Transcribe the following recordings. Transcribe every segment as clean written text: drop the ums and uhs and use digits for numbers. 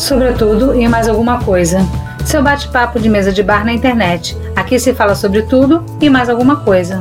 Sobre tudo e mais alguma coisa. Seu bate-papo de mesa de bar na internet. Aqui se fala sobre tudo e mais alguma coisa.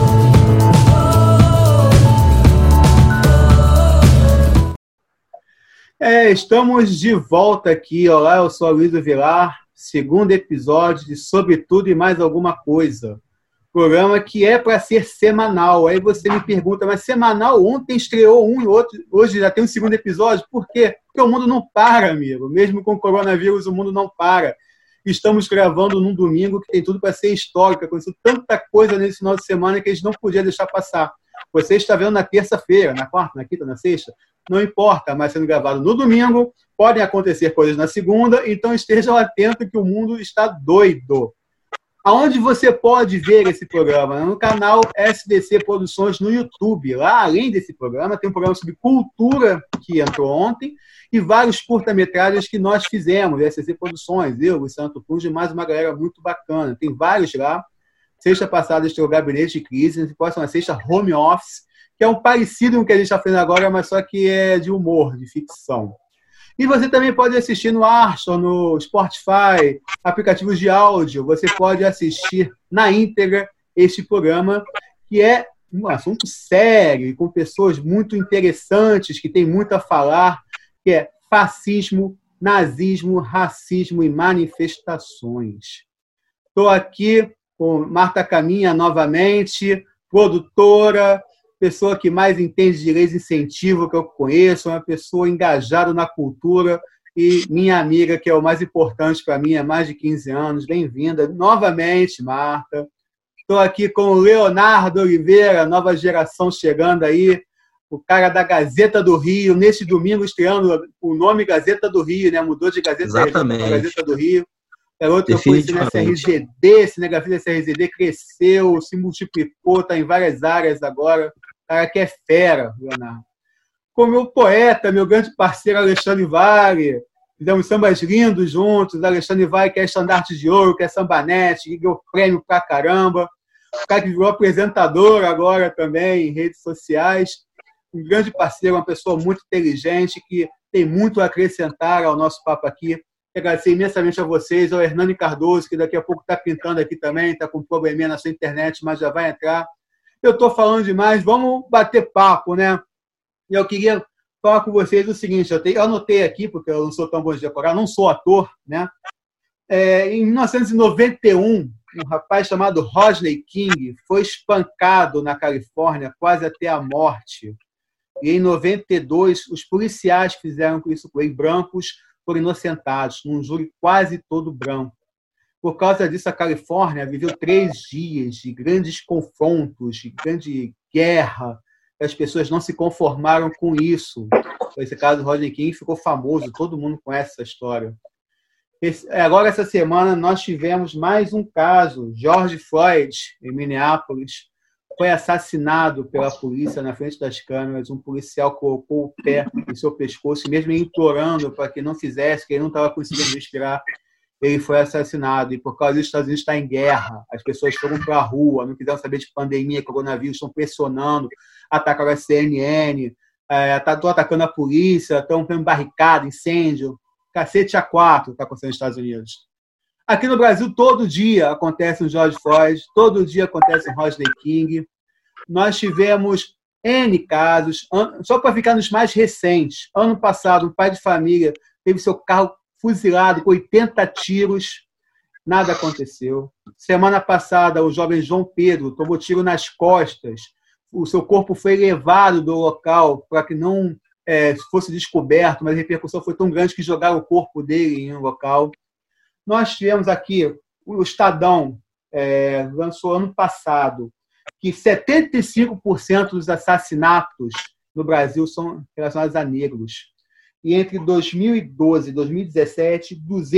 Estamos de volta aqui. Olá, eu sou Luiz Vilar. Segundo episódio de Sobre Tudo e Mais Alguma Coisa. Programa que é para ser semanal. Aí você me pergunta, mas semanal? Ontem estreou um e outro, hoje já tem um segundo episódio. Por quê? Porque o mundo não para, amigo. Mesmo com o coronavírus, o mundo não para. Estamos gravando num domingo que tem tudo para ser histórico. Aconteceu tanta coisa nesse final de semana que a gente não podia deixar passar. Você está vendo na terça-feira, na quarta, na quinta, na sexta? Não importa, mas sendo gravado no domingo, podem acontecer coisas na segunda, então estejam atentos que o mundo está doido. Aonde você pode ver esse programa? No canal SDC Produções no YouTube. Lá, além desse programa, tem um programa sobre cultura que entrou ontem e vários curta-metragens que nós fizemos, SDC Produções, eu, o Santo Cruz e mais uma galera muito bacana. Tem vários lá. Sexta passada estreou Gabinete de Crise, próxima sexta Home Office, que é um parecido com o que a gente está fazendo agora, mas só que é de humor, de ficção. E você também pode assistir no Arson, no Spotify, aplicativos de áudio. Você pode assistir na íntegra este programa, que é um assunto sério, com pessoas muito interessantes, que têm muito a falar, que é fascismo, nazismo, racismo e manifestações. Estou aqui com Marta Caminha novamente, produtora, pessoa que mais entende de leis de incentivo que eu conheço, uma pessoa engajada na cultura e minha amiga, que é o mais importante para mim, há mais de 15 anos. Bem-vinda novamente, Marta. Estou aqui com o Leonardo Oliveira, nova geração chegando aí, o cara da Gazeta do Rio, neste domingo estreando o nome Gazeta do Rio, né? Mudou de Gazeta para Gazeta do Rio. Garoto que eu conheci na SRZD, esse negócio da SRZD cresceu, se multiplicou, está em várias áreas agora. Cara que é fera, Leonardo. Com meu poeta, meu grande parceiro Alexandre Vale, fizemos sambas lindos juntos. Alexandre Vale, que é estandarte de ouro, que é sambanete, que ganhou prêmio pra caramba. O cara que virou apresentador agora também em redes sociais. Um grande parceiro, uma pessoa muito inteligente, que tem muito a acrescentar ao nosso papo aqui. Agradecer imensamente a vocês, ao Hernani Cardoso, que daqui a pouco está pintando aqui também, está com um probleminha na sua internet, mas já vai entrar. Eu estou falando demais, vamos bater papo, né? E eu queria falar com vocês o seguinte, eu anotei aqui, porque eu não sou tão bom de decorar, não sou ator, né? Em 1991, um rapaz chamado Rodney King foi espancado na Califórnia quase até a morte. E em 92, os policiais fizeram isso com ele, brancos, foram inocentados, num júri quase todo branco. Por causa disso, a Califórnia viveu 3 dias de grandes confrontos, de grande guerra. As pessoas não se conformaram com isso. Esse caso do Rodney King ficou famoso, todo mundo conhece essa história. Agora, essa semana, nós tivemos mais um caso. George Floyd, em Minneapolis, foi assassinado pela polícia na frente das câmeras. Um policial colocou o pé no seu pescoço, mesmo implorando para que não fizesse, que ele não estava conseguindo respirar. Ele foi assassinado. E por causa disso, os Estados Unidos está em guerra. As pessoas foram para a rua, não quiseram saber de pandemia, coronavírus, estão pressionando, atacaram a CNN, estão atacando a polícia, estão tendo barricada, incêndio. Cacete A4 está acontecendo nos Estados Unidos. Aqui no Brasil, todo dia acontece um George Floyd, todo dia acontece um Rodney King. Nós tivemos N casos, só para ficar nos mais recentes. Ano passado, um pai de família teve seu carro fuzilado com 80 tiros, nada aconteceu. Semana passada, o jovem João Pedro tomou tiro nas costas, o seu corpo foi levado do local para que não fosse descoberto, mas a repercussão foi tão grande que jogaram o corpo dele em um local. Nós tivemos aqui, o Estadão lançou ano passado, que 75% dos assassinatos no Brasil são relacionados a negros. E entre 2012 e 2017,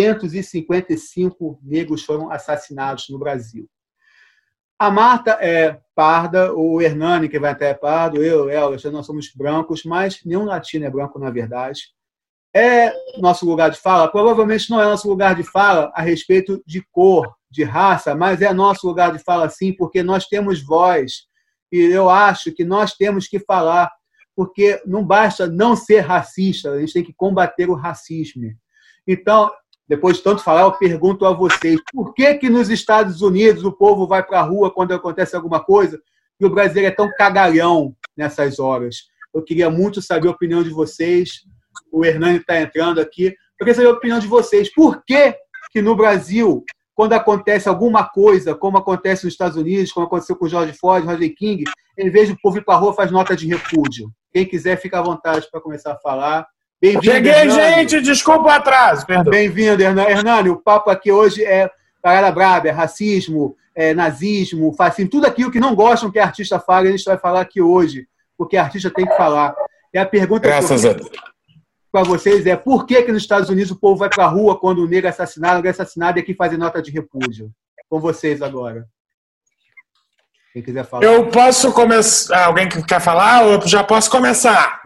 255 negros foram assassinados no Brasil. A Marta é parda, o Hernani, que vai entrar, é pardo, eu, nós somos brancos, mas nenhum latino é branco, na verdade. É nosso lugar de fala? Provavelmente não é nosso lugar de fala a respeito de cor, de raça, mas é nosso lugar de fala sim, porque nós temos voz. E eu acho que nós temos que falar, porque não basta não ser racista, a gente tem que combater o racismo. Então, depois de tanto falar, eu pergunto a vocês, por que nos Estados Unidos o povo vai para a rua quando acontece alguma coisa e o brasileiro é tão cagalhão nessas horas? Eu queria muito saber a opinião de vocês. O Hernani está entrando aqui. Eu queria saber a opinião de vocês. Por que no Brasil, quando acontece alguma coisa, como acontece nos Estados Unidos, como aconteceu com o George Floyd, Rodney King, em vez do povo ir para a rua, faz nota de repúdio? Quem quiser, fica à vontade para começar a falar. Bem-vindo, cheguei, Hernani. Gente, desculpa o atraso, perdão. Bem-vindo, Hernani. Hernani, o papo aqui hoje é parada braba, é racismo, é nazismo, fascismo, tudo aquilo que não gostam que a artista fale, a gente vai falar aqui hoje, porque a artista tem que falar. E a pergunta para vocês é, por que nos Estados Unidos o povo vai para a rua quando o negro é assassinado e aqui fazem nota de repúdio? Com vocês agora. Quem quiser falar. Eu posso começar. Alguém que quer falar ou eu já posso começar?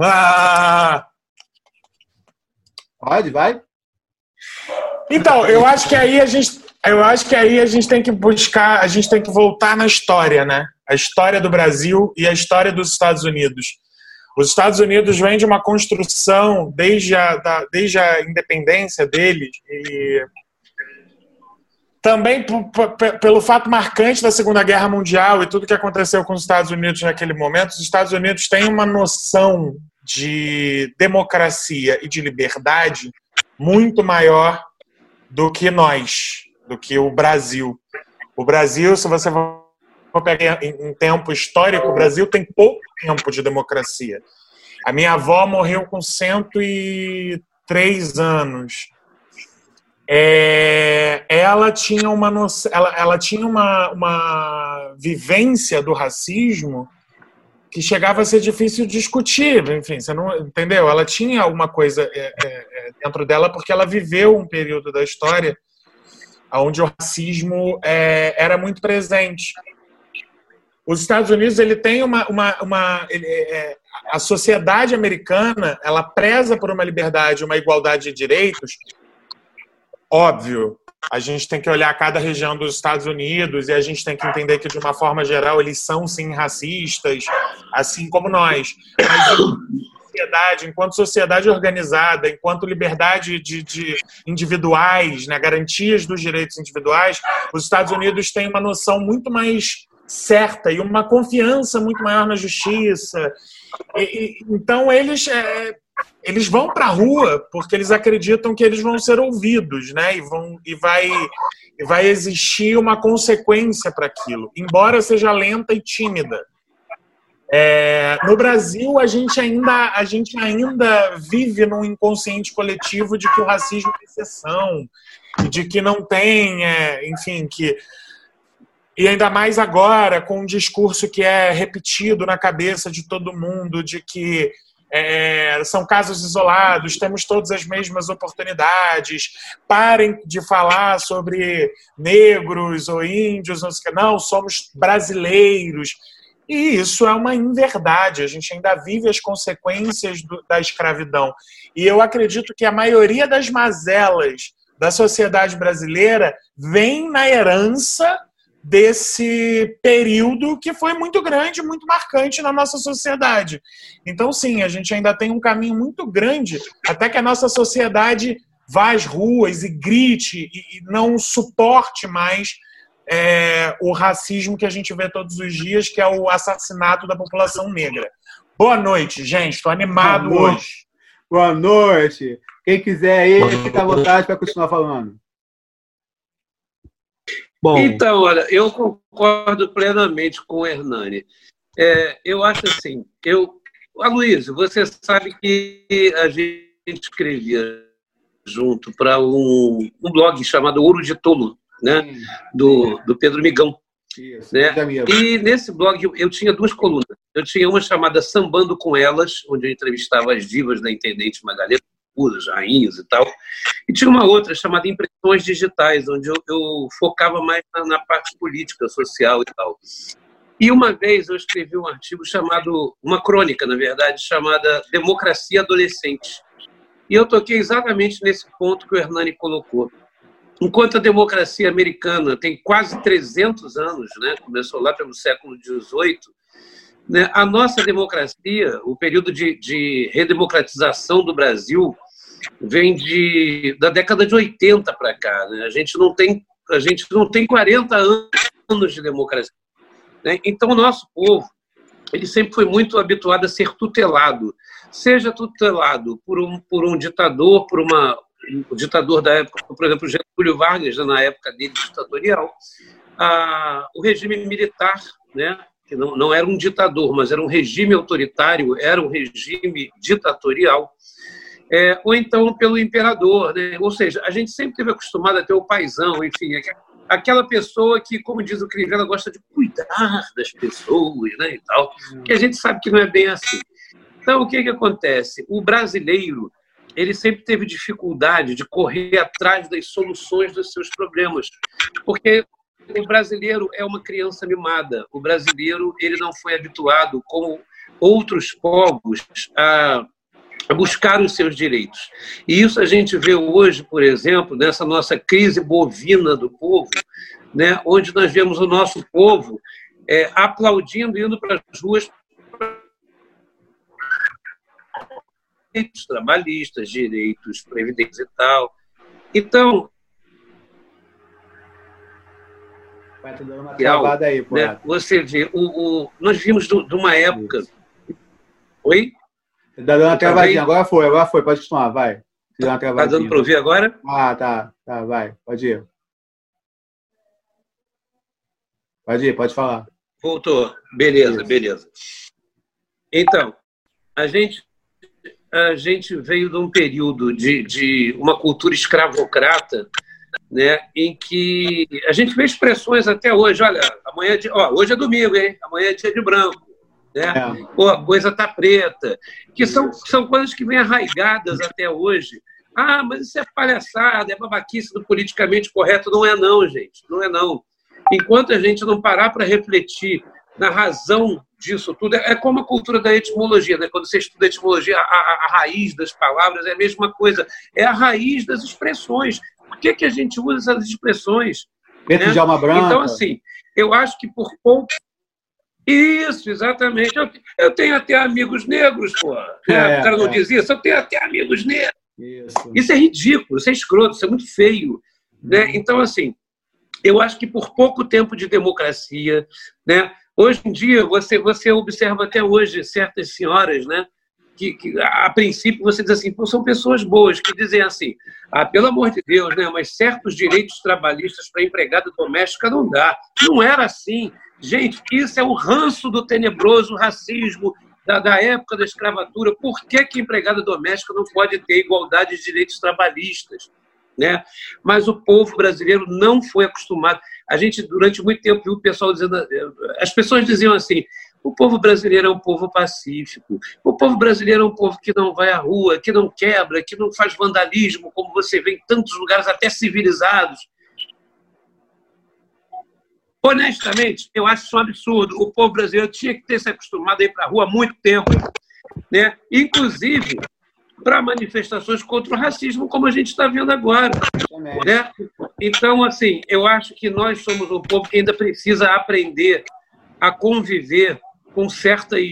Pode, vai. Então, eu acho que aí a gente tem que buscar, a gente tem que voltar na história, né? A história do Brasil e a história dos Estados Unidos. Os Estados Unidos vêm de uma construção desde a independência deles e também pelo fato marcante da Segunda Guerra Mundial e tudo que aconteceu com os Estados Unidos naquele momento. Os Estados Unidos têm uma noção de democracia e de liberdade muito maior do que nós, do que o Brasil. O Brasil, se você for pegar em tempo histórico, o Brasil tem pouco tempo de democracia. A minha avó morreu com 103 anos. Ela tinha uma noção, ela tinha uma vivência do racismo que chegava a ser difícil de discutir, enfim, você não entendeu? Ela tinha alguma coisa dentro dela porque ela viveu um período da história onde o racismo era muito presente. Os Estados Unidos, ele tem a sociedade americana, ela preza por uma liberdade, uma igualdade de direitos. Óbvio, a gente tem que olhar cada região dos Estados Unidos e a gente tem que entender que, de uma forma geral, eles são, sim, racistas, assim como nós. Mas, enquanto sociedade organizada, enquanto liberdade de individuais, né, garantias dos direitos individuais, os Estados Unidos têm uma noção muito mais certa e uma confiança muito maior na justiça. Então, eles vão para a rua porque eles acreditam que eles vão ser ouvidos, né? E vai existir uma consequência para aquilo, embora seja lenta e tímida. No Brasil, a gente ainda vive num inconsciente coletivo de que o racismo é exceção, de que não tem, enfim, que... E ainda mais agora, com um discurso que é repetido na cabeça de todo mundo, de que são casos isolados, temos todas as mesmas oportunidades, parem de falar sobre negros ou índios, não, somos brasileiros. E isso é uma inverdade, a gente ainda vive as consequências da escravidão. E eu acredito que a maioria das mazelas da sociedade brasileira vem na herança desse período que foi muito grande, muito marcante na nossa sociedade. Então, sim, a gente ainda tem um caminho muito grande até que a nossa sociedade vá às ruas e grite e não suporte mais o racismo que a gente vê todos os dias, que é o assassinato da população negra. Boa noite, gente. Estou animado hoje. Boa noite. Quem quiser aí, fica à vontade para continuar falando. Bom. Então, olha, eu concordo plenamente com o Hernani. Eu acho assim, Aloysio, você sabe que a gente escrevia junto para um blog chamado Ouro de Tolo, né? Do Pedro Migão. Isso, né? E nesse blog eu tinha duas colunas. Eu tinha uma chamada Sambando com Elas, onde eu entrevistava as divas da Intendente Magalhães, rainhas e tal. E tinha uma outra chamada Impressões Digitais, onde eu focava mais na parte política, social e tal. E uma vez eu escrevi um artigo uma crônica, na verdade, chamada Democracia Adolescente. E eu toquei exatamente nesse ponto que o Hernani colocou. Enquanto a democracia americana tem quase 300 anos, né, começou lá pelo século XVIII, né, a nossa democracia, o período de redemocratização do Brasil, vem da década de 80 para cá, né? A gente não tem 40 anos de democracia, né? Então, o nosso povo, ele sempre foi muito habituado a ser tutelado, seja tutelado por um ditador, o ditador da época, por exemplo, Getúlio Vargas, na época dele ditatorial, o regime militar, né, que não era um ditador, mas era um regime autoritário, era um regime ditatorial, ou então pelo imperador, né? Ou seja, a gente sempre esteve acostumado a ter o paizão, enfim, aquela pessoa que, como diz o Crivella, gosta de cuidar das pessoas, né, e tal, que a gente sabe que não é bem assim. Então, o que acontece? O brasileiro, ele sempre teve dificuldade de correr atrás das soluções dos seus problemas, porque o brasileiro é uma criança mimada. O brasileiro, ele não foi habituado, como outros povos, a buscar os seus direitos. E isso a gente vê hoje, por exemplo, nessa nossa crise bovina do povo, né, onde nós vemos o nosso povo aplaudindo, indo para as ruas, direitos trabalhistas, direitos previdentes e tal. Então, vai te dando uma travada aí, né, você vê, nós vimos de uma época... Isso. Oi? Tá dando uma travadinha, agora foi, pode continuar, vai. Tá dando para ouvir agora? Tá, vai, pode ir. Pode falar. Voltou, beleza. Então, a gente veio de um período de uma cultura escravocrata, né, em que a gente vê expressões até hoje, olha, hoje é domingo, hein? Amanhã é dia de branco. Né? Pô, a coisa está preta, que são coisas que vêm arraigadas até hoje. Mas isso é palhaçada, é babaquice do politicamente correto. Não é não, gente, não é não. Enquanto a gente não parar para refletir na razão disso tudo, é como a cultura da etimologia, né? Quando você estuda a etimologia, a raiz das palavras é a mesma coisa, é a raiz das expressões. Por que a gente usa essas expressões? Preto, né? De alma branca. Então, assim, eu acho que por pouco... Isso, exatamente. Eu tenho até amigos negros, pô. O cara não diz isso, eu tenho até amigos negros. Isso é ridículo, isso é escroto, isso é muito feio. Né? Então, assim, eu acho que por pouco tempo de democracia, né? Hoje em dia, você observa até hoje certas senhoras, né? Que a princípio você diz assim, pô, são pessoas boas, que dizem assim, pelo amor de Deus, né? Mas certos direitos trabalhistas para empregada doméstica não dá. Não era assim. Gente, isso é o ranço do tenebroso racismo da época da escravatura. Por que empregada doméstica não pode ter igualdade de direitos trabalhistas? Né? Mas o povo brasileiro não foi acostumado. A gente, durante muito tempo, viu o pessoal dizendo... As pessoas diziam assim, o povo brasileiro é um povo pacífico, o povo brasileiro é um povo que não vai à rua, que não quebra, que não faz vandalismo, como você vê em tantos lugares até civilizados. Honestamente, eu acho isso um absurdo. O povo brasileiro tinha que ter se acostumado a ir para a rua há muito tempo, né? Inclusive para manifestações contra o racismo, como a gente está vendo agora. Né? Então, assim, eu acho que nós somos um povo que ainda precisa aprender a conviver com certas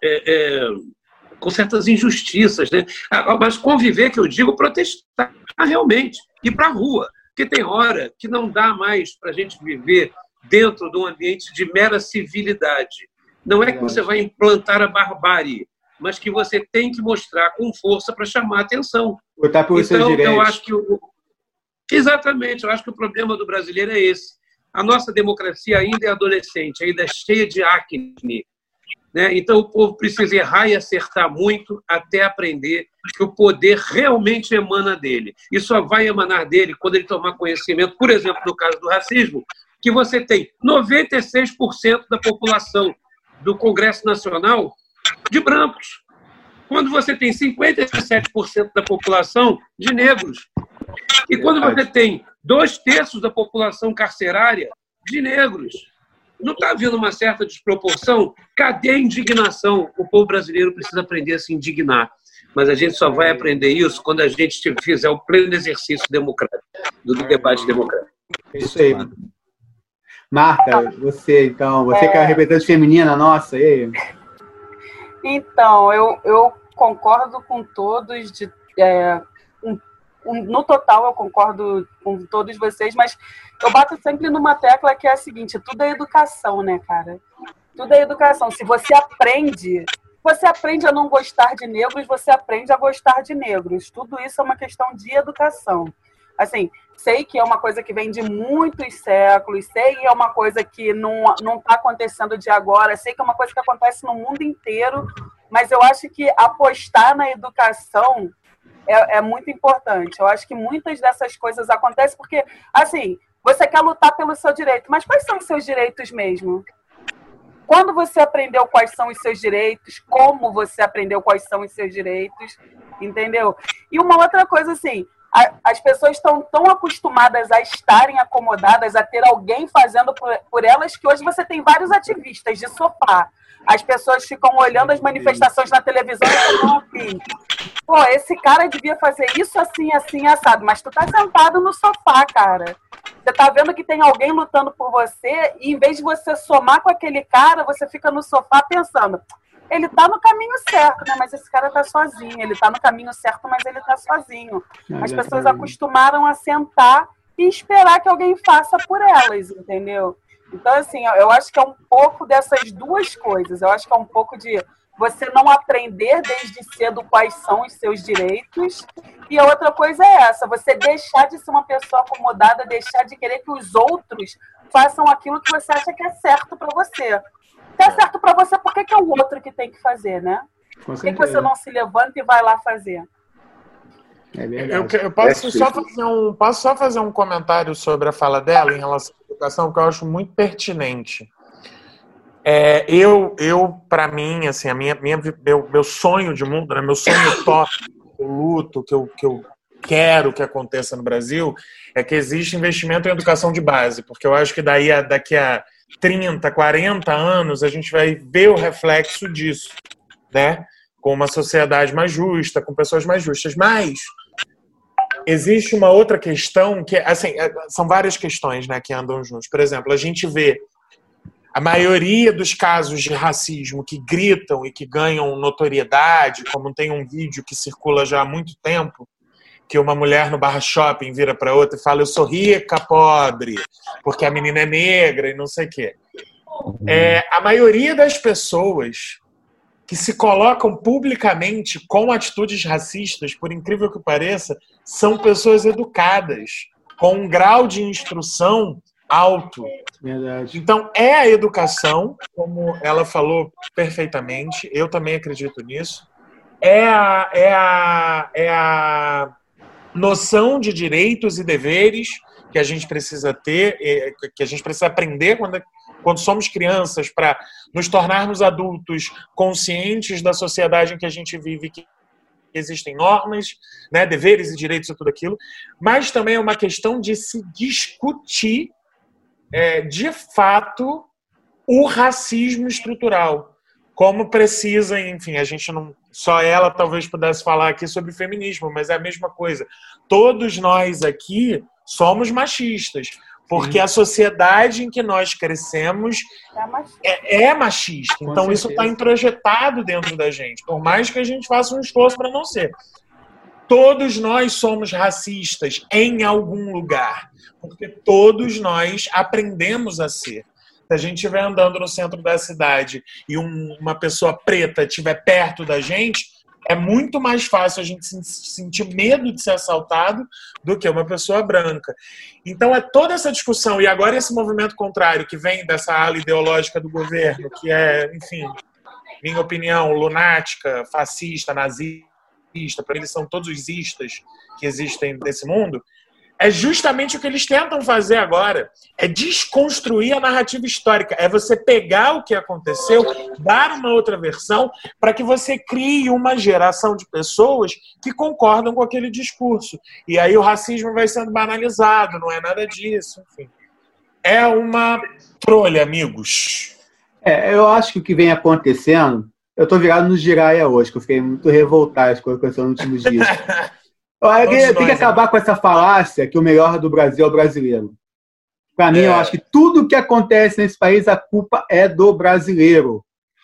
injustiças. Né? Mas conviver, que eu digo, protestar realmente, ir para a rua. Porque tem hora que não dá mais para a gente viver dentro de um ambiente de mera civilidade. Não é que você vai implantar a barbárie, mas que você tem que mostrar com força para chamar a atenção. Botar por seus direitos. Eu acho que exatamente, eu acho que o problema do brasileiro é esse. A nossa democracia ainda é adolescente, ainda é cheia de acne. Né? Então, o povo precisa errar e acertar muito até aprender que o poder realmente emana dele. E só vai emanar dele quando ele tomar conhecimento, por exemplo, no caso do racismo, que você tem 96% da população do Congresso Nacional de brancos, quando você tem 57% da população de negros. E quando você tem 2/3 da população carcerária de negros. Não está havendo uma certa desproporção? Cadê a indignação? O povo brasileiro precisa aprender a se indignar. Mas a gente só vai aprender isso quando a gente fizer o pleno exercício democrático, do debate democrático. É isso aí. Marta, você que é a representante feminina nossa, e aí? Então, eu concordo com todos. no total, eu concordo com todos vocês, mas eu bato sempre numa tecla que é a seguinte: tudo é educação, né, cara? Tudo é educação. Se você aprende a não gostar de negros, você aprende a gostar de negros. Tudo isso é uma questão de educação. Assim, sei que é uma coisa que vem de muitos séculos, sei que é uma coisa que não está acontecendo de agora, sei que é uma coisa que acontece no mundo inteiro, mas eu acho que apostar na educação é muito importante. Eu acho que muitas dessas coisas acontecem porque, assim, você quer lutar pelo seu direito, mas quais são os seus direitos mesmo? Quando você aprendeu quais são os seus direitos, como você aprendeu quais são os seus direitos, entendeu? E uma outra coisa, assim, as pessoas estão tão acostumadas a estarem acomodadas, a ter alguém fazendo por elas, que hoje você tem vários ativistas de sofá. As pessoas ficam olhando as manifestações na televisão e falam assim: pô, esse cara devia fazer isso assim, assim, assado. Mas tu tá sentado no sofá, cara. Você tá vendo que tem alguém lutando por você e em vez de você somar com aquele cara, você fica no sofá pensando: ele tá no caminho certo, né? Mas esse cara tá sozinho. Ele tá no caminho certo, mas ele tá sozinho. As pessoas acostumaram a sentar e esperar que alguém faça por elas, entendeu? Então, assim, eu acho que é um pouco dessas duas coisas. Eu acho que é um pouco de você não aprender desde cedo quais são os seus direitos. E a outra coisa é essa: você deixar de ser uma pessoa acomodada, deixar de querer que os outros façam aquilo que você acha que é certo para você. Se é certo para você, por que é o outro que tem que fazer, né? Por que você não se levanta e vai lá fazer? É verdade. Eu posso só fazer um comentário sobre a fala dela em relação à educação, que eu acho muito pertinente. Para mim, assim, meu sonho de mundo, né, meu sonho absoluto, que eu quero que aconteça no Brasil, é que existe investimento em educação de base, porque eu acho que daqui a 30, 40 anos a gente vai ver o reflexo disso, né? Com uma sociedade mais justa, com pessoas mais justas. Mas existe uma outra questão que, assim, são várias questões, né, que andam juntos. Por exemplo, a gente vê a maioria dos casos de racismo que gritam e que ganham notoriedade, como tem um vídeo que circula já há muito tempo, que uma mulher no Barra Shopping vira para outra e fala: eu sou rica, pobre, porque a menina é negra e não sei o quê. A maioria das pessoas que se colocam publicamente com atitudes racistas, por incrível que pareça, são pessoas educadas, com um grau de instrução alto. Verdade. Então, é a educação, como ela falou perfeitamente, eu também acredito nisso, é a noção de direitos e deveres que a gente precisa ter, que a gente precisa aprender quando somos crianças, para nos tornarmos adultos conscientes da sociedade em que a gente vive, que existem normas, né, deveres e direitos e tudo aquilo, mas também é uma questão de se discutir, de fato, o racismo estrutural. Como precisa, enfim, a gente não... Só ela talvez pudesse falar aqui sobre feminismo, mas é a mesma coisa. Todos nós aqui somos machistas, porque a sociedade em que nós crescemos é machista. Então isso está introjetado dentro da gente, por mais que a gente faça um esforço para não ser. Todos nós somos racistas em algum lugar, porque todos nós aprendemos a ser. Se a gente estiver andando no centro da cidade e uma pessoa preta estiver perto da gente, é muito mais fácil a gente sentir medo de ser assaltado do que uma pessoa branca. Então é toda essa discussão, e agora esse movimento contrário que vem dessa ala ideológica do governo, que é, enfim, minha opinião, lunática, fascista, nazista, para eles são todos os istas que existem nesse mundo, é justamente o que eles tentam fazer agora. É desconstruir a narrativa histórica. É você pegar o que aconteceu, dar uma outra versão, para que você crie uma geração de pessoas que concordam com aquele discurso. E aí o racismo vai sendo banalizado, não é nada disso. Enfim. É uma trolha, amigos. Eu acho que o que vem acontecendo... Eu estou virado no Jiraya hoje, que eu fiquei muito revoltado com a coisa nos últimos dias. Tem que acabar com essa falácia que o melhor do Brasil é o brasileiro. Para mim, eu acho que tudo que acontece nesse país, a culpa é do brasileiro.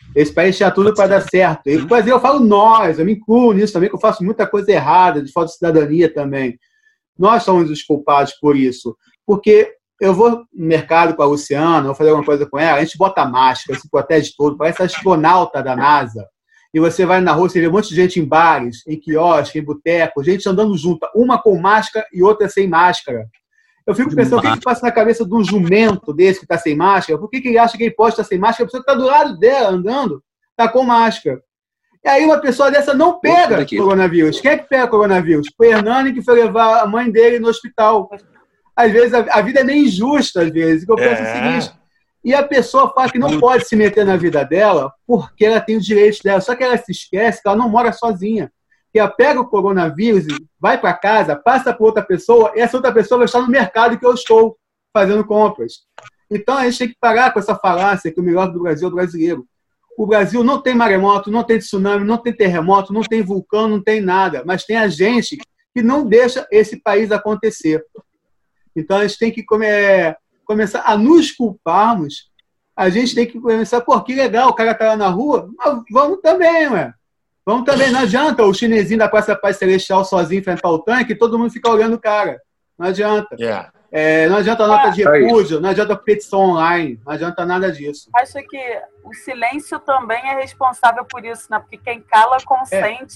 Esse país tinha tudo para dar certo. E, por exemplo, eu falo nós, eu me incluo nisso também, que eu faço muita coisa errada, de falta de cidadania também. Nós somos os culpados por isso. Porque eu vou no mercado com a Luciana, vou fazer alguma coisa com ela, a gente bota máscara, se protege todo, parece astronauta da NASA. E você vai na rua, você vê um monte de gente em bares, em quiosque, em boteco, gente andando junta, uma com máscara e outra sem máscara. Eu fico pensando, o que passa na cabeça de um jumento desse que está sem máscara? Por que ele acha que ele pode estar sem máscara? A pessoa que está do lado dela, andando, está com máscara. E aí uma pessoa dessa não pega coronavírus. Quem é que pega coronavírus? Foi o Hernani que foi levar a mãe dele no hospital. Às vezes, a vida é meio injusta, às vezes. Eu penso o seguinte, e a pessoa fala que não pode se meter na vida dela porque ela tem os direitos dela. Só que ela se esquece que ela não mora sozinha. Que ela pega o coronavírus, vai para casa, passa para outra pessoa, e essa outra pessoa vai estar no mercado que eu estou fazendo compras. Então, a gente tem que parar com essa falácia que o melhor do Brasil é o brasileiro. O Brasil não tem maremoto, não tem tsunami, não tem terremoto, não tem vulcão, não tem nada. Mas tem a gente que não deixa esse país acontecer. Então, a gente tem que começar a nos culparmos. A gente tem que começar, pô, que legal, o cara tá lá na rua, mas vamos também, ué. Vamos também, não adianta o chinesinho da Praça Paz Celestial sozinho enfrentar o tanque e todo mundo ficar olhando o cara. Não adianta. Não adianta a nota de repúdio, não adianta a petição online, não adianta nada disso. Acho que o silêncio também é responsável por isso, né? Porque quem cala consente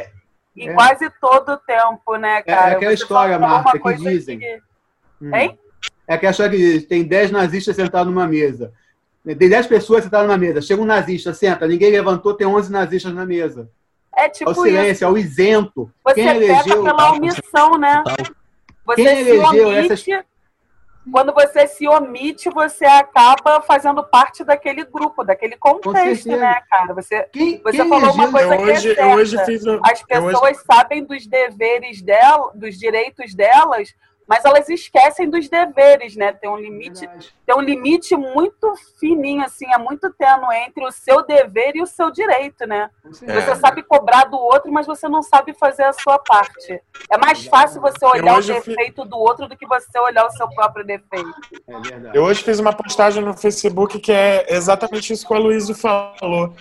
em quase todo o tempo, né, cara? É aquela história, Marta, que dizem. Hein? É aquela história que diz, tem 10 nazistas sentados numa mesa. Tem 10 pessoas sentadas numa mesa. Chega um nazista, senta, ninguém levantou, tem 11 nazistas na mesa. É tipo isso. É o silêncio, isso. É o isento. Você pega pela omissão, né? Você quem se omite, quando você se omite, você acaba fazendo parte daquele grupo, daquele contexto, né, cara? Você falou uma coisa que é certa. As pessoas sabem dos deveres dela, dos direitos delas, mas elas esquecem dos deveres, né? Tem um limite muito fininho, assim, é muito tênue entre o seu dever e o seu direito, né? Você sabe cobrar do outro, mas você não sabe fazer a sua parte. É mais fácil você olhar o defeito do outro do que você olhar o seu próprio defeito. Eu hoje fiz uma postagem no Facebook que é exatamente isso que o Aloysio falou.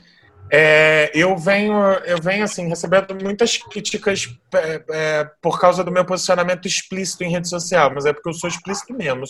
Eu venho assim, recebendo muitas críticas por causa do meu posicionamento explícito em rede social, mas é porque eu sou explícito mesmo.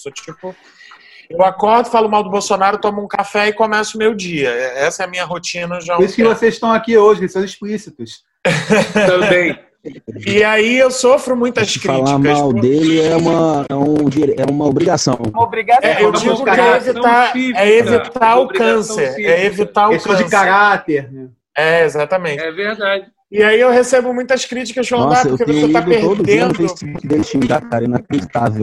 Eu acordo, falo mal do Bolsonaro, tomo um café e começo o meu dia. Essa é a minha rotina já. Por isso que vocês estão aqui hoje, eles são explícitos. Também. E aí eu sofro muitas críticas. Falar mal dele é uma obrigação. Eu digo que é evitar o câncer. É evitar o câncer. De caráter. Né? Exatamente. É verdade. E aí eu recebo muitas críticas falando, porque você está perdendo. Dele xingar, cara, inacreditável.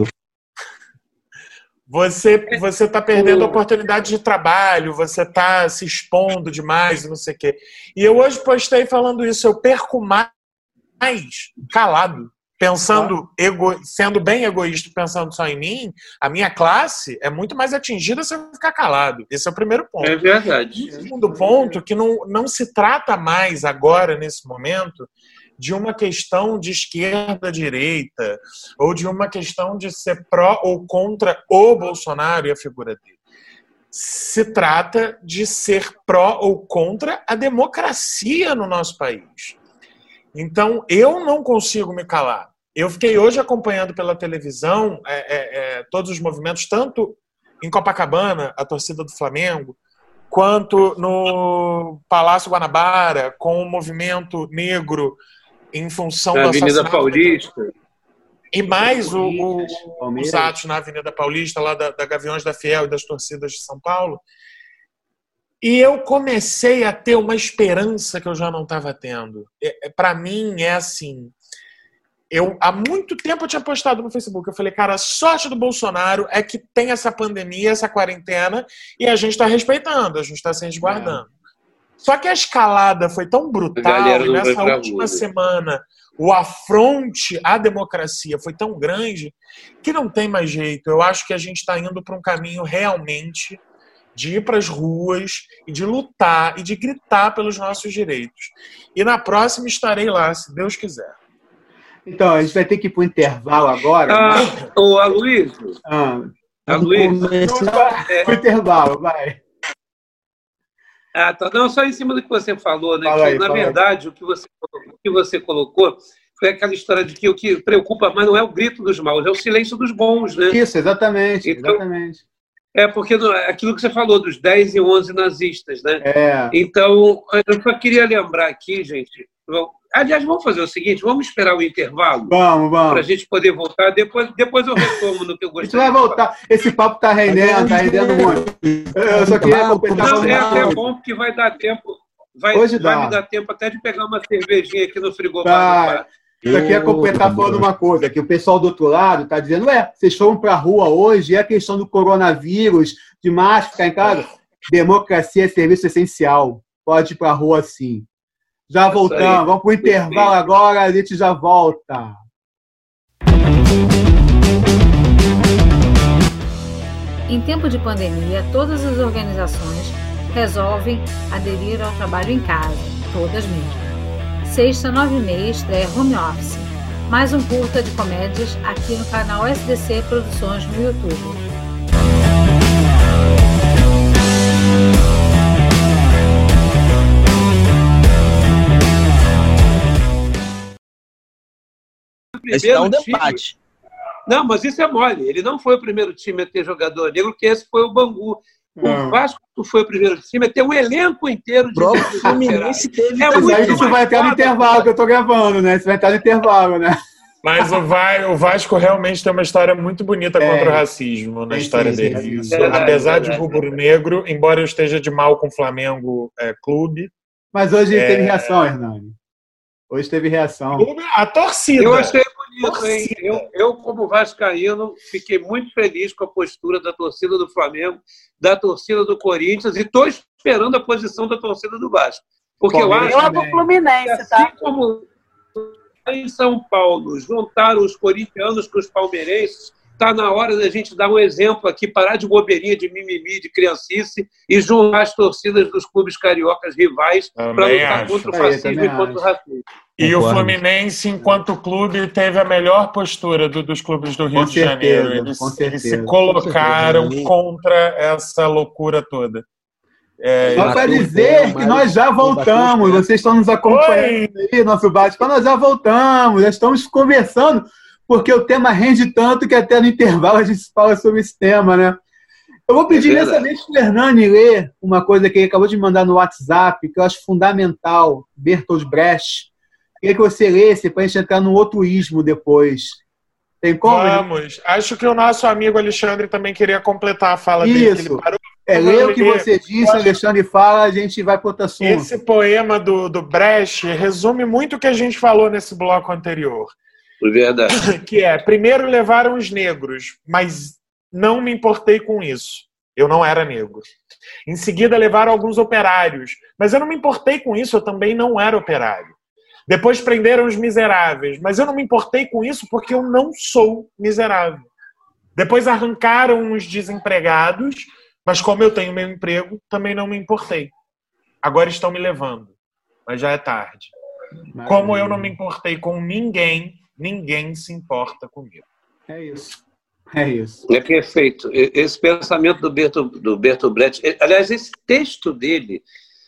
Você está perdendo oportunidade de trabalho, você está se expondo demais e não sei o quê. E eu hoje postei falando isso, eu perco mais calado, pensando, sendo bem egoísta, pensando só em mim, a minha classe é muito mais atingida se eu ficar calado. Esse é o primeiro ponto. É verdade. O segundo ponto, que não se trata mais agora, nesse momento, de uma questão de esquerda-direita, ou de uma questão de ser pró ou contra o Bolsonaro e a figura dele. Se trata de ser pró ou contra a democracia no nosso país. Então, eu não consigo me calar. Eu fiquei hoje acompanhando pela televisão todos os movimentos, tanto em Copacabana, a torcida do Flamengo, quanto no Palácio Guanabara, com o movimento negro em função da Avenida Paulista. E mais os atos na Avenida Paulista, lá da Gaviões da Fiel e das torcidas de São Paulo. E eu comecei a ter uma esperança que eu já não estava tendo. Para mim, é assim... há muito tempo eu tinha postado no Facebook. Eu falei, cara, a sorte do Bolsonaro é que tem essa pandemia, essa quarentena, e a gente está respeitando, a gente está se resguardando. Só que a escalada foi tão brutal, e nessa última semana o afronte à democracia foi tão grande que não tem mais jeito. Eu acho que a gente está indo para um caminho realmente de ir para as ruas e de lutar e de gritar pelos nossos direitos. E na próxima estarei lá, se Deus quiser. Então, a gente vai ter que ir para o intervalo agora. Ô, Aloysio. Aloysio. Para o intervalo, vai. Ah, tá. Não, só em cima do que você falou, né? Fala aí, Que, na fala aí. verdade, o que você colocou foi aquela história de que o que preocupa mais não é o grito dos maus, é o silêncio dos bons, né? Isso, exatamente, Então, exatamente. porque aquilo que você falou, dos 10 e 11 nazistas, né? É, Então, eu só queria lembrar aqui, gente. Aliás, vamos fazer o seguinte: vamos esperar o intervalo vamos, para a vamos. gente poder voltar. Depois eu retomo no que eu A gente gostaria. vai voltar. Esse papo tá rendendo muito. Eu só queria completar Não, é até uma bom porque vai dar tempo. Vai Hoje me dá. dar tempo até de pegar uma cervejinha aqui no frigobar. Tá. Só queria completar falando uma coisa, que o pessoal do outro lado está dizendo, vocês foram para a rua hoje, e a questão do coronavírus, de máscara, ficar em casa, democracia é serviço essencial. Pode ir para a rua sim. Já voltamos, vamos para o intervalo agora, a gente já volta. Em tempo de pandemia, todas as organizações resolvem aderir ao trabalho em casa, todas mesmo. Sexta, 9h30, estreia Home Office. Mais um curta de comédias aqui no canal SDC Produções no YouTube. Esse é um debate. Não, mas isso é mole. Ele não foi o primeiro time a ter jogador negro, que esse foi o Bangu. O Vasco foi o primeiro time a ter um elenco inteiro de... O Fluminense teve... Isso aí isso vai entrar no intervalo que eu tô gravando, né? Isso vai entrar no intervalo, né? Mas o Vasco realmente tem uma história muito bonita contra o racismo na história dele. Apesar de rubro-negro, embora eu esteja de mal com o Flamengo clube... Mas hoje teve reação, Hernani. Hoje teve reação. A torcida. Eu achei bonito, hein? Eu, como vascaíno, fiquei muito feliz com a postura da torcida do Flamengo, da torcida do Corinthians, e estou esperando a posição da torcida do Vasco. Porque eu acho Eu do Fluminense, assim tá? como em São Paulo juntaram os corintianos com os palmeirenses, está na hora da gente dar um exemplo aqui, parar de bobeirinha, de mimimi, de criancice e juntar as torcidas dos clubes cariocas rivais para lutar contra o fascismo e contra o racismo. E o Fluminense, enquanto clube, teve a melhor postura dos clubes do Rio de Janeiro. Eles se colocaram contra essa loucura toda. Só para dizer que nós já voltamos, vocês estão nos acompanhando aí, nosso bate-papo, nós já voltamos, já estamos conversando, porque o tema rende tanto que até no intervalo a gente fala sobre esse tema, né? Eu vou pedir nessa vez para o Hernani ler uma coisa que ele acabou de mandar no WhatsApp, que eu acho fundamental, Bertolt Brecht. Queria que você lesse para a gente entrar no outro ismo depois. Tem como? Vamos. Acho que o nosso amigo Alexandre também queria completar a fala dele. Isso. Lê o que você disse, Alexandre fala, a gente vai para outro assunto. Esse poema do Brecht resume muito o que a gente falou nesse bloco anterior. Verdade. Que é, primeiro levaram os negros, mas não me importei com isso. Eu não era negro. Em seguida levaram alguns operários, mas eu não me importei com isso, eu também não era operário. Depois prenderam os miseráveis, mas eu não me importei com isso porque eu não sou miserável. Depois arrancaram os desempregados, mas como eu tenho meu emprego, também não me importei. Agora estão me levando, mas já é tarde. Como eu não me importei com ninguém, ninguém se importa comigo. É isso. É isso. É perfeito. Esse pensamento do Bertolt Brecht, aliás, esse texto dele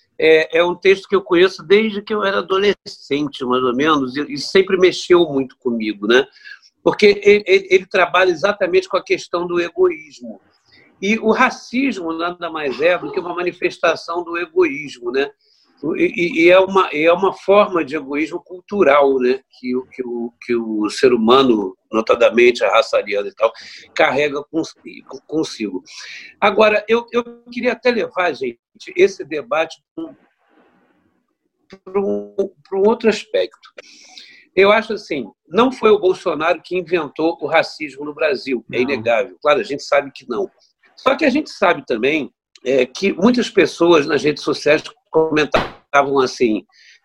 é um texto que eu conheço desde que eu era adolescente, mais ou menos, e sempre mexeu muito comigo, né? Porque ele trabalha exatamente com a questão do egoísmo. E o racismo nada mais é do que uma manifestação do egoísmo, né? E é uma forma de egoísmo cultural, né? que o ser humano, notadamente a raça ariana e tal, carrega consigo. Agora, eu queria até levar, gente, esse debate para um outro aspecto. Eu acho assim, não foi o Bolsonaro que inventou o racismo no Brasil, é inegável. Claro, a gente sabe que não. Só que a gente sabe também que muitas pessoas nas redes sociais comentavam assim,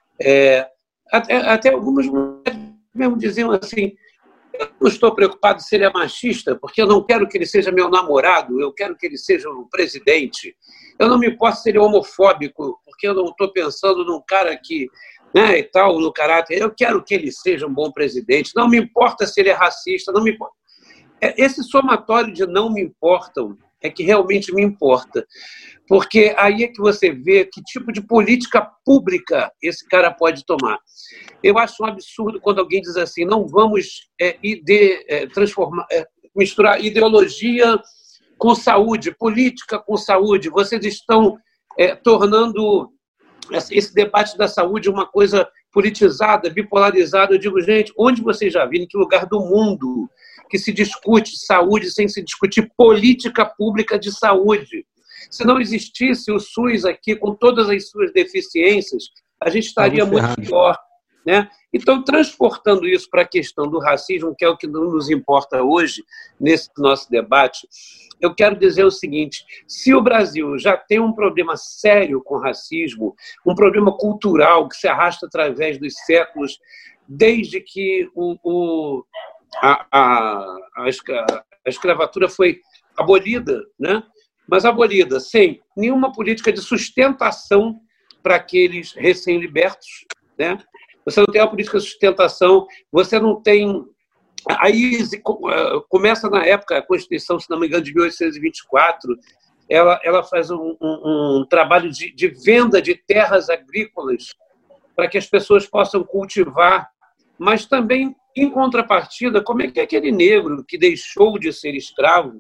até algumas mulheres mesmo diziam assim, eu não estou preocupado se ele é machista, porque eu não quero que ele seja meu namorado, eu quero que ele seja um presidente. Eu não me importo se ele é homofóbico, porque eu não estou pensando num cara que, né, e tal, no caráter. Eu quero que ele seja um bom presidente. Não me importa se ele é racista, não me importa. Esse somatório de não me importam é que realmente me importa. Porque aí é que você vê que tipo de política pública esse cara pode tomar. Eu acho um absurdo quando alguém diz assim, não vamos misturar ideologia com saúde, política com saúde. Vocês estão tornando esse debate da saúde uma coisa politizada, bipolarizada. Eu digo, gente, onde vocês já viram, em que lugar do mundo que se discute saúde sem se discutir política pública de saúde? Se não existisse o SUS aqui, com todas as suas deficiências, a gente estaria muito pior, né? Então, transportando isso para a questão do racismo, que é o que nos importa hoje, nesse nosso debate, eu quero dizer o seguinte, se o Brasil já tem um problema sério com racismo, um problema cultural que se arrasta através dos séculos, desde que a escravatura foi abolida, né? Mas abolida sem nenhuma política de sustentação para aqueles recém-libertos, né? Você não tem uma política de sustentação, você não tem... Aí começa na época, a Constituição, se não me engano, de 1824, ela faz um trabalho de venda de terras agrícolas para que as pessoas possam cultivar, mas também, em contrapartida, como é que aquele negro que deixou de ser escravo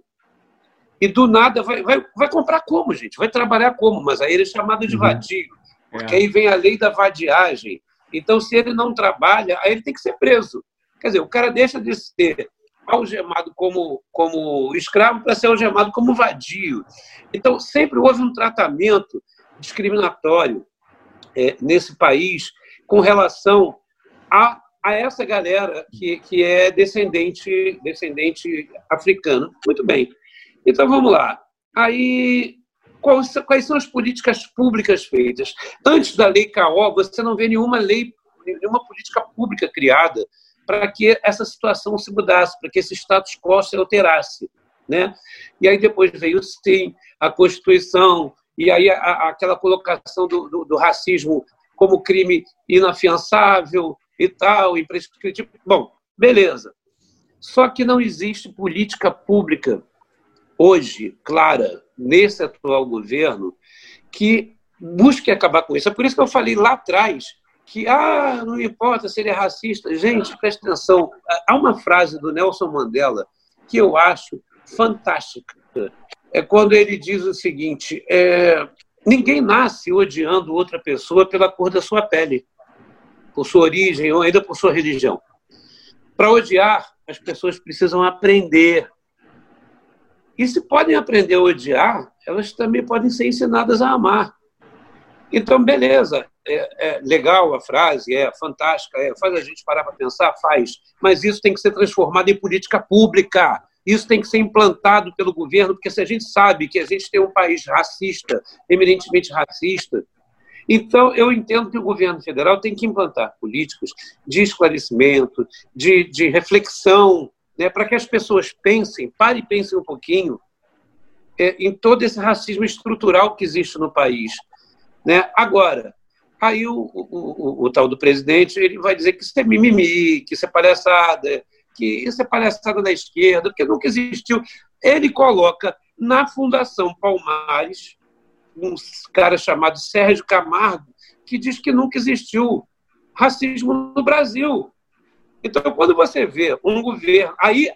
e do nada vai comprar como, gente? Vai trabalhar como? Mas aí ele é chamado de vadio, porque aí vem a lei da vadiagem. Então, se ele não trabalha, aí ele tem que ser preso. Quer dizer, o cara deixa de ser algemado como escravo para ser algemado como vadio. Então, sempre houve um tratamento discriminatório nesse país com relação a essa galera que é descendente africano. Muito bem. Então, vamos lá. Aí, quais são as políticas públicas feitas? Antes da Lei CAO, você não vê nenhuma política pública criada para que essa situação se mudasse, para que esse status quo se alterasse, né? E aí depois veio, sim, a Constituição, e aí aquela colocação do racismo como crime inafiançável e tal, imprescritível. Bom, beleza. Só que não existe política pública hoje, clara, nesse atual governo, que busque acabar com isso. É por isso que eu falei lá atrás que não importa se ele é racista. Gente, presta atenção. Há uma frase do Nelson Mandela que eu acho fantástica. É quando ele diz o seguinte, ninguém nasce odiando outra pessoa pela cor da sua pele, por sua origem ou ainda por sua religião. Para odiar, as pessoas precisam aprender. E se podem aprender a odiar, elas também podem ser ensinadas a amar. Então, beleza, é legal a frase, é fantástica, faz a gente parar para pensar, faz, mas isso tem que ser transformado em política pública, isso tem que ser implantado pelo governo, porque se a gente sabe que a gente tem um país racista, eminentemente racista, então eu entendo que o governo federal tem que implantar políticas de esclarecimento, de reflexão, né, para que as pessoas parem e pensem um pouquinho em todo esse racismo estrutural que existe no país, né? Agora, aí o tal do presidente ele vai dizer que isso é mimimi, que isso é palhaçada, que isso é palhaçada da esquerda, porque nunca existiu. Ele coloca na Fundação Palmares um cara chamado Sérgio Camargo, que diz que nunca existiu racismo no Brasil. Então, quando você vê um governo... Aí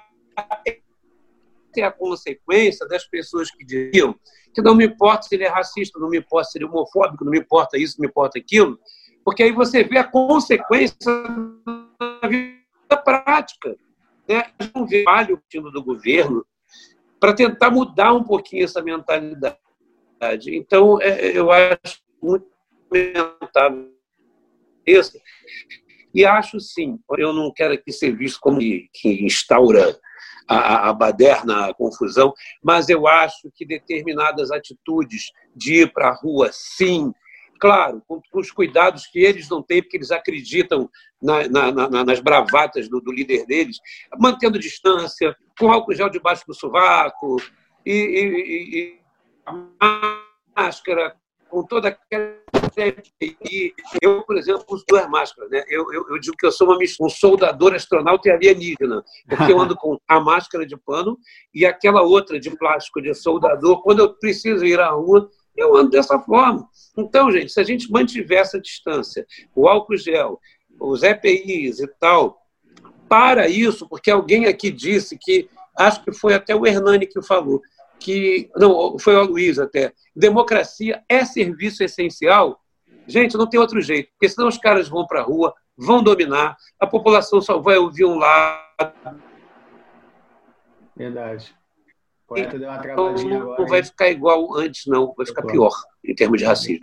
tem a consequência das pessoas que diziam que não me importa se ele é racista, não me importa se ele é homofóbico, não me importa isso, não me importa aquilo, porque aí você vê a consequência na vida prática, né? Não vê o estilo do governo para tentar mudar um pouquinho essa mentalidade. Então, eu acho muito lamentável isso. E acho, sim, eu não quero aqui ser visto como que instaura a baderna, a confusão, mas eu acho que determinadas atitudes de ir para a rua, sim, claro, com os cuidados que eles não têm, porque eles acreditam nas bravatas do líder deles, mantendo distância, com álcool gel debaixo do sovaco, e máscara, com toda aquela... E eu, por exemplo, uso 2 máscaras, né? Eu digo que eu sou um soldador astronauta e alienígena, porque eu ando com a máscara de pano e aquela outra de plástico de soldador. Quando eu preciso ir à rua, eu ando dessa forma. Então, gente, se a gente mantiver essa distância, o álcool gel, os EPIs e tal, para isso, porque alguém aqui disse que, acho que foi até o Hernani que falou, que, não, foi o Luiz até, democracia é serviço essencial. Gente, não tem outro jeito, porque senão os caras vão para a rua, vão dominar, a população só vai ouvir um lado. Verdade. O poeta deu uma travadinha agora. Não vai ficar igual antes, não, vai ficar pior em termos de racismo.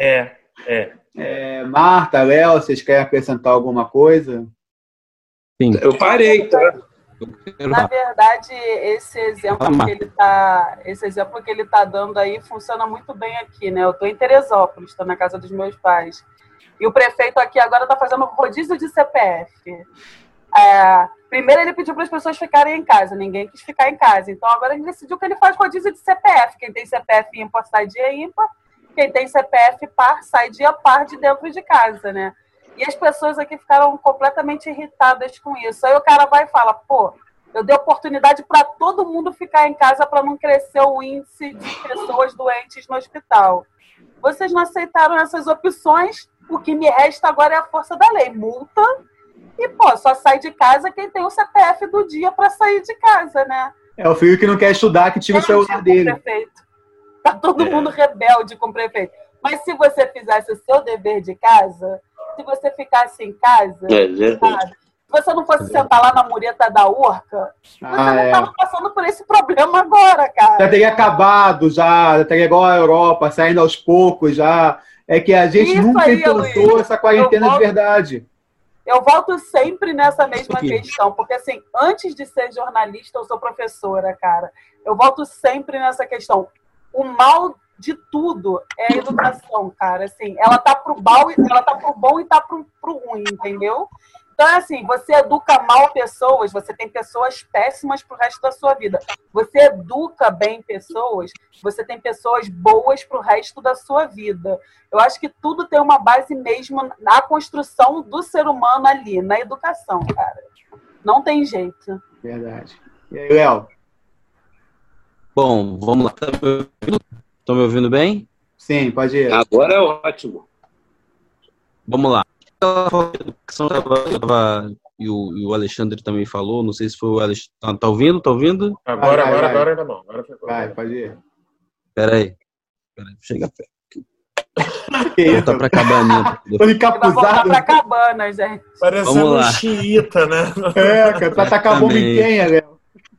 Marta, Léo, vocês querem acrescentar alguma coisa? Sim. Eu parei, tá? Na verdade, esse exemplo que ele está dando aí funciona muito bem aqui, né? Eu estou em Teresópolis, estou na casa dos meus pais. E o prefeito aqui agora está fazendo rodízio de CPF. Primeiro ele pediu para as pessoas ficarem em casa, ninguém quis ficar em casa. Então agora ele decidiu que ele faz rodízio de CPF. Quem tem CPF ímpar sai dia ímpar, quem tem CPF par sai dia par de dentro de casa, né? E as pessoas aqui ficaram completamente irritadas com isso. Aí o cara vai e fala, pô, eu dei oportunidade para todo mundo ficar em casa para não crescer o índice de pessoas doentes no hospital. Vocês não aceitaram essas opções, o que me resta agora é a força da lei. Multa e, pô, só sai de casa quem tem o CPF do dia para sair de casa, né? É o filho que não quer estudar, que tira o celular dele. Prefeito. Tá todo mundo rebelde com o prefeito. Mas se você fizesse o seu dever de casa, se você ficasse em casa, sabe? Se você não fosse sentar lá na mureta da Urca, você não estava passando por esse problema agora, cara. Já teria acabado, já teria igual a Europa, saindo aos poucos já. É que a gente nunca implantou essa quarentena de verdade. Eu volto sempre nessa mesma questão, porque assim, antes de ser jornalista, eu sou professora, cara. Eu volto sempre nessa questão. O mal de tudo é a educação, cara. Assim, ela tá pro bom e tá pro ruim, entendeu? Então, assim, você educa mal pessoas, você tem pessoas péssimas pro resto da sua vida. Você educa bem pessoas, você tem pessoas boas pro resto da sua vida. Eu acho que tudo tem uma base mesmo na construção do ser humano ali, na educação, cara. Não tem jeito. Verdade. E aí, Léo? Bom, vamos lá. Estão me ouvindo bem? Sim, pode ir. Agora é ótimo. Vamos lá. E o Alexandre também falou, não sei se foi o Alexandre. Tá ouvindo? Tá ouvindo? Agora ainda não. Agora ficou. Vai, pode ir. Peraí, chega perto. Volta pra cabaninha. Tô encapuzado. Voltar pra cabana, gente. Parecendo um xiita, né? Cara, pra tacar bomba em quem, Léo?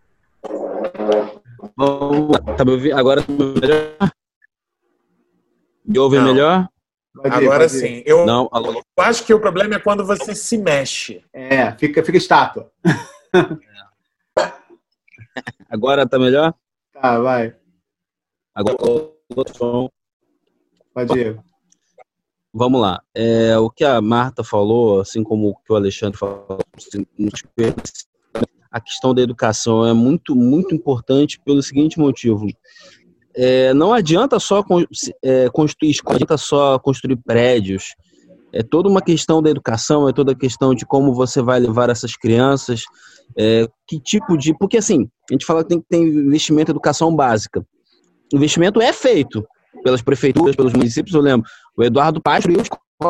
Vamos lá. Tá me ouvindo? Agora tá me ouvindo melhor? Me ouve melhor? Agora sim. Eu alô. acho que o problema é quando você se mexe. Fica estátua. Agora tá melhor? Tá, vai. Agora outro som. Pode ir. Vamos lá. O que a Marta falou, assim como o que o Alexandre falou, a questão da educação é muito, muito importante pelo seguinte motivo. Não adianta só construir escola, não adianta só construir prédios. É toda uma questão da educação, é toda a questão de como você vai levar essas crianças, que tipo de... Porque, assim, a gente fala que tem que ter investimento em educação básica. O investimento é feito pelas prefeituras, pelos municípios. Eu lembro, o Eduardo Paes e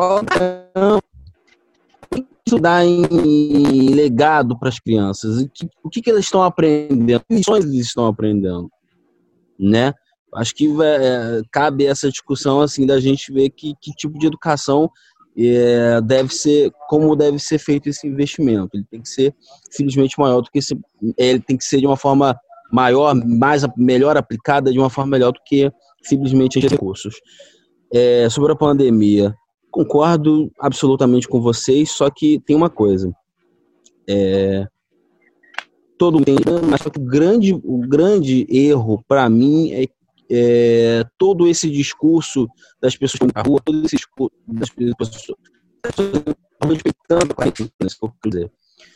isso dá em legado para as crianças. O que elas estão aprendendo? Que lições eles estão aprendendo? Né? Acho que cabe essa discussão assim, da gente ver que tipo de educação como deve ser feito esse investimento. Ele tem que ser simplesmente maior do que ele tem que ser de uma forma maior, melhor aplicada, de uma forma melhor do que simplesmente os recursos. Sobre a pandemia, concordo absolutamente com vocês, só que tem uma coisa. Todo mundo tem, mas só que o grande erro, para mim, é todo esse discurso das pessoas que estão na rua, todo esse discurso das pessoas respeitando a quarentena, dizer.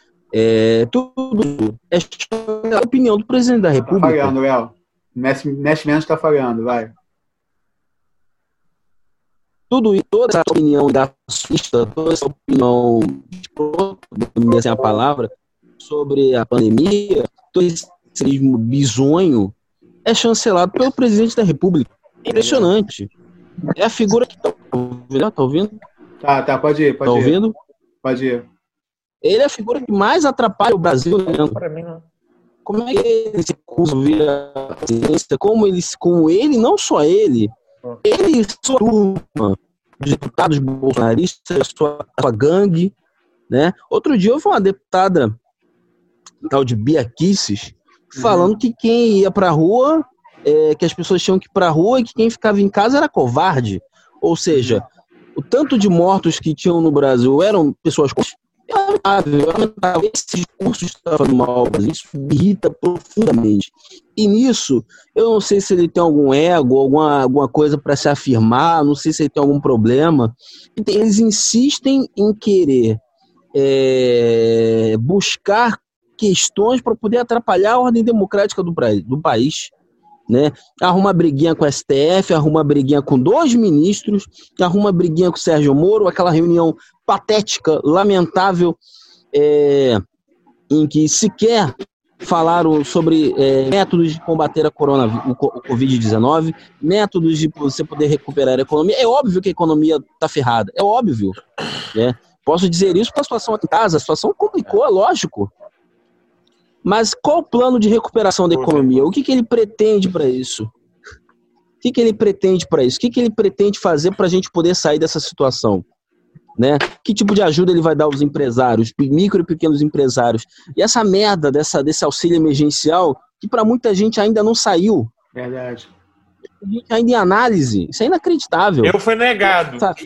Tudo é a opinião do presidente da República. Tá falhando, Léo. Mexe menos, tá falhando, vai. toda essa opinião da sista, toda essa opinião, assim a palavra, sobre a pandemia, todo esse bizonho é chancelado pelo presidente da República. É impressionante. É a figura que tá ouvindo? Tá, pode ir. Tá ouvindo? Pode ir. Ele é a figura que mais atrapalha o Brasil, né? Para mim, não. Como é que ele se vira a ciência? Como ele, não só ele e sua turma, os deputados bolsonaristas, sua gangue, né? Outro dia houve uma deputada tal de Bia Kicis falando que quem ia pra rua, que as pessoas tinham que ir pra rua e que quem ficava em casa era covarde. Ou seja, o tanto de mortos que tinham no Brasil eram pessoas lamentável. Esse discurso está fazendo mal, isso me irrita profundamente. E nisso, eu não sei se ele tem algum ego, alguma coisa para se afirmar, não sei se ele tem algum problema. Eles insistem em querer buscar questões para poder atrapalhar a ordem democrática do país. Né? Arruma briguinha com o STF, arruma briguinha com 2 ministros, arruma briguinha com o Sérgio Moro, aquela reunião patética, lamentável, em que sequer falaram sobre métodos de combater o Covid-19, métodos de você poder recuperar a economia. É óbvio que a economia está ferrada, é óbvio. Né? Posso dizer isso para a situação aqui em casa, a situação complicou, é lógico. Mas qual o plano de recuperação da economia? O que ele pretende para isso? O que ele pretende para isso? O que ele pretende fazer para a gente poder sair dessa situação? Né? Que tipo de ajuda ele vai dar aos empresários, micro e pequenos empresários? E essa merda desse auxílio emergencial, que para muita gente ainda não saiu. Verdade. Ainda em análise. Isso é inacreditável. Eu fui negado. Sabe?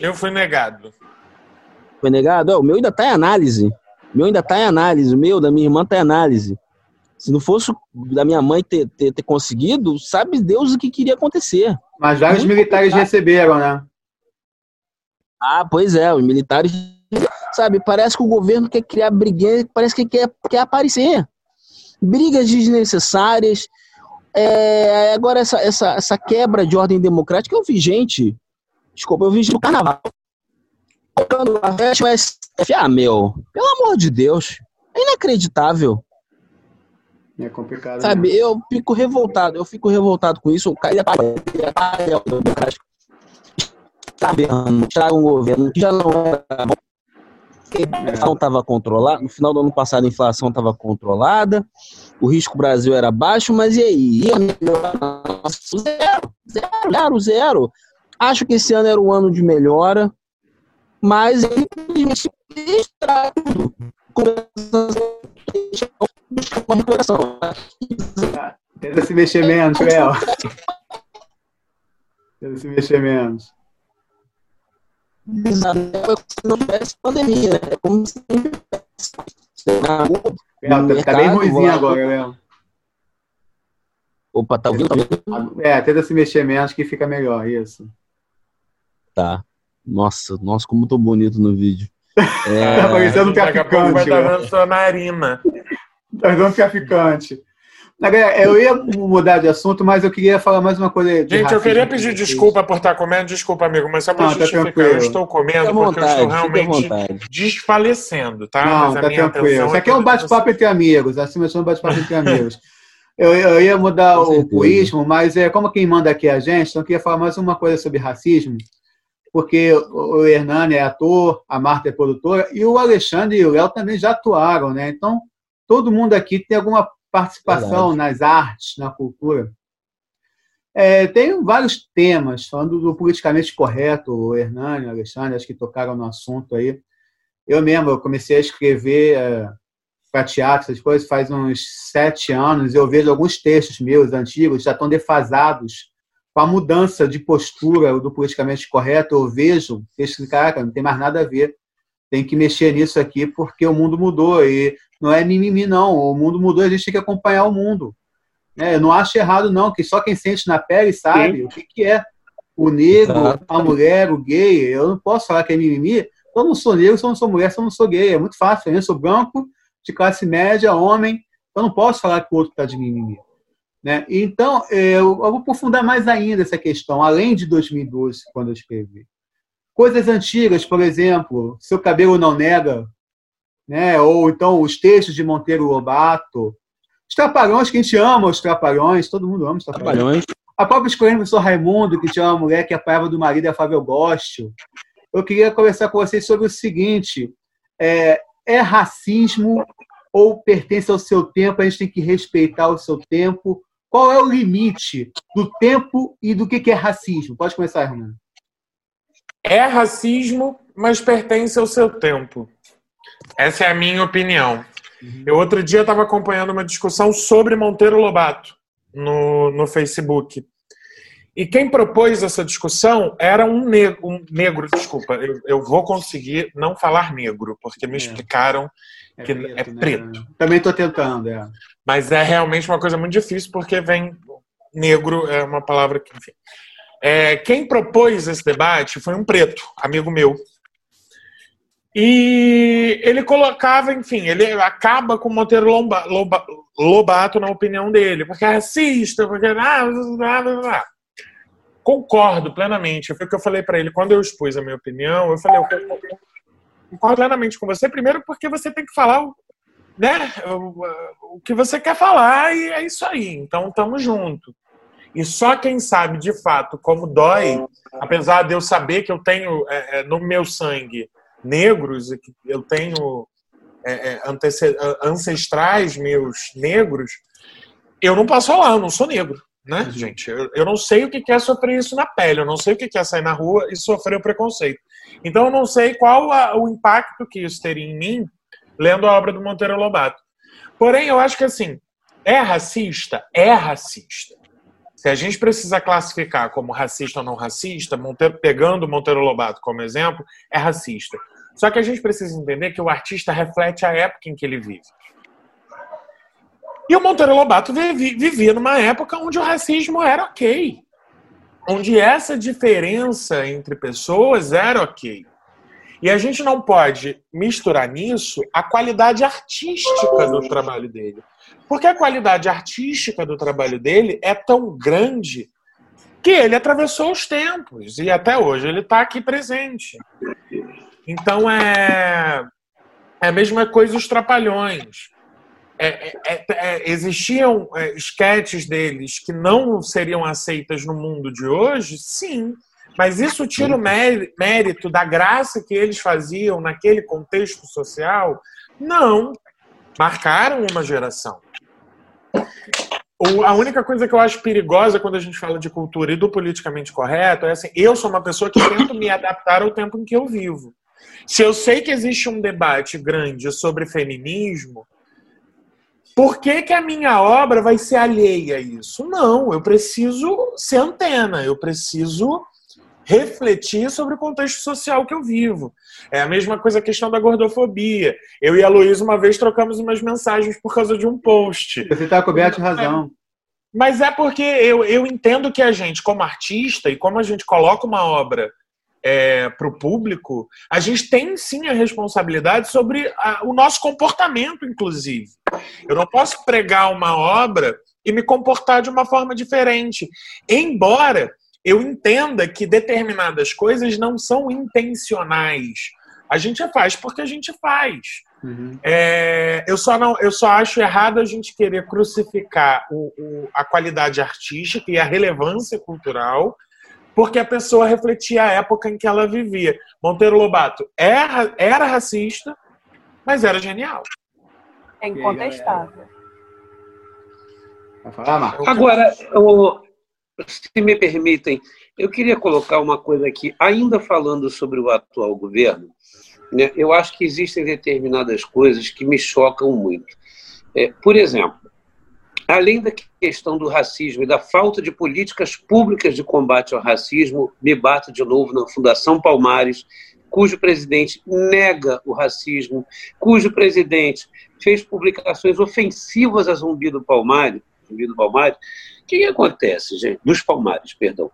Foi negado? O meu ainda está em análise. O meu, da minha irmã, está em análise. Se não fosse da minha mãe ter conseguido, sabe Deus o que queria acontecer. Mas vários militares receberam, né? Ah, pois é, os militares, sabe, parece que o governo quer criar briguinha, parece que quer aparecer. Brigas desnecessárias. Agora, essa quebra de ordem democrática, eu vi gente no carnaval. Meu, pelo amor de Deus, é inacreditável. É complicado. Sabe, né? Eu fico revoltado com isso. O cara está um governo que já não era bom. A inflação estava controlada. No final do ano passado, a inflação estava controlada. O risco Brasil era baixo, mas e aí? Zero. Acho que esse ano era o ano de melhora, mas ele estraga tudo. Tenta se mexer menos, Léo. Tenta se mexer menos. Se não tivesse pandemia, né? É como se tá bem ruimzinho agora, Léo. Opa, tá ouvindo? Tenta se mexer menos que fica melhor, isso. Tá. Nossa, como tô bonito no vídeo. Tá parecendo um traficante. Daqui a pouco vai estar vendo sua narina. Tá vendo um traficante. Eu ia mudar de assunto, mas eu queria falar mais uma coisa. Gente, eu queria pedir desculpa por estar comendo. Desculpa, amigo, mas só para justificar, eu estou comendo porque eu estou realmente desfalecendo, tá? Não, tá tranquilo. Isso aqui é um bate-papo entre amigos. Acima de um bate-papo entre amigos. Eu ia mudar o puísmo, mas como quem manda aqui é a gente, então eu queria falar mais uma coisa sobre racismo, porque o Hernani é ator, a Marta é produtora, e o Alexandre e o Léo também já atuaram, né? Então, todo mundo aqui tem alguma participação nas artes, na cultura. Tem vários temas, falando do politicamente correto, o Hernani, o Alexandre, acho que tocaram no assunto aí. Eu comecei a escrever para teatro, essas coisas, faz uns 7 anos, eu vejo alguns textos meus antigos, já estão defasados com a mudança de postura do politicamente correto. Eu vejo textos, caraca, não tem mais nada a ver, tem que mexer nisso aqui, porque o mundo mudou, e não é mimimi, não. O mundo mudou, a gente tem que acompanhar o mundo. Eu não acho errado, não, que só quem sente na pele sabe o que é o negro, a mulher, o gay. Eu não posso falar que é mimimi. Eu não sou negro, se eu não sou mulher, se eu não sou gay. É muito fácil. Eu sou branco, de classe média, homem. Eu não posso falar que o outro está de mimimi. Né? Então, eu vou aprofundar mais ainda essa questão, além de 2012, quando eu escrevi. coisas antigas, por exemplo, Seu Cabelo Não Nega, né? Ou então os textos de Monteiro Lobato, os Trapalhões, que a gente ama os Trapalhões, todo mundo ama os Trapalhões. A própria Escolhendo o Professor Raimundo, que tinha uma mulher que apanhava do marido e a Flávia Augusto. Eu queria conversar com vocês sobre o seguinte, é racismo ou pertence ao seu tempo? A gente tem que respeitar o seu tempo. Qual é o limite do tempo e do que é racismo? Pode começar, Hernani. É racismo, mas pertence ao seu tempo. Essa é a minha opinião. Eu outro dia estava acompanhando uma discussão sobre Monteiro Lobato no Facebook. E quem propôs essa discussão era um negro, desculpa, eu vou conseguir não falar negro, porque me explicaram que é preto. Né? Também estou tentando, Mas é realmente uma coisa muito difícil, porque negro é uma palavra que, enfim. Quem propôs esse debate foi um preto, amigo meu. E ele colocava, enfim, ele acaba com o Monteiro Lobato na opinião dele, porque é racista, porque... Concordo plenamente. Foi o que eu falei para ele. Quando eu expus a minha opinião, eu falei, eu concordo plenamente com você. Primeiro porque você tem que falar o que você quer falar e é isso aí. Então, estamos juntos. E só quem sabe, de fato, como dói, apesar de eu saber que eu tenho no meu sangue negros, eu tenho ancestrais meus negros, eu não posso falar, eu não sou negro. Né, gente? Eu não sei o que é sofrer isso na pele, eu não sei o que é sair na rua e sofrer o preconceito. Então eu não sei qual o impacto que isso teria em mim lendo a obra do Monteiro Lobato. Porém, eu acho que assim, é racista? É racista. Se a gente precisa classificar como racista ou não racista, pegando o Monteiro Lobato como exemplo, é racista. Só que a gente precisa entender que o artista reflete a época em que ele vive. E o Monteiro Lobato vivia numa época onde o racismo era ok. Onde essa diferença entre pessoas era ok. E a gente não pode misturar nisso a qualidade artística do trabalho dele. Porque a qualidade artística do trabalho dele é tão grande que ele atravessou os tempos. E até hoje ele está aqui presente. Então é a mesma coisa os Trapalhões. Existiam esquetes deles que não seriam aceitas no mundo de hoje? Sim. Mas isso tira o mérito da graça que eles faziam naquele contexto social? Não. Marcaram uma geração. A única coisa que eu acho perigosa quando a gente fala de cultura e do politicamente correto é assim, eu sou uma pessoa que tento me adaptar ao tempo em que eu vivo. Se eu sei que existe um debate grande sobre feminismo, por que a minha obra vai ser alheia a isso? Não, eu preciso ser antena, eu preciso refletir sobre o contexto social que eu vivo. É a mesma coisa a questão da gordofobia. Eu e a Luísa uma vez trocamos umas mensagens por causa de um post. Você está coberto de razão. Mas é porque eu entendo que a gente, como artista, e como a gente coloca uma obra para o público, a gente tem sim a responsabilidade sobre o nosso comportamento, inclusive. Eu não posso pregar uma obra e me comportar de uma forma diferente. Embora eu entenda que determinadas coisas não são intencionais. A gente faz porque a gente faz. Uhum. Eu só acho errado a gente querer crucificar a qualidade artística e a relevância cultural porque a pessoa refletia a época em que ela vivia. Monteiro Lobato era racista, mas era genial. É incontestável. Agora, se me permitem, eu queria colocar uma coisa aqui, ainda falando sobre o atual governo, né, eu acho que existem determinadas coisas que me chocam muito. Por exemplo, além da questão do racismo e da falta de políticas públicas de combate ao racismo, me bato de novo na Fundação Palmares, cujo presidente nega o racismo, cujo presidente fez publicações ofensivas a Zumbi do Palmares. O que acontece, gente? Dos Palmares, perdão.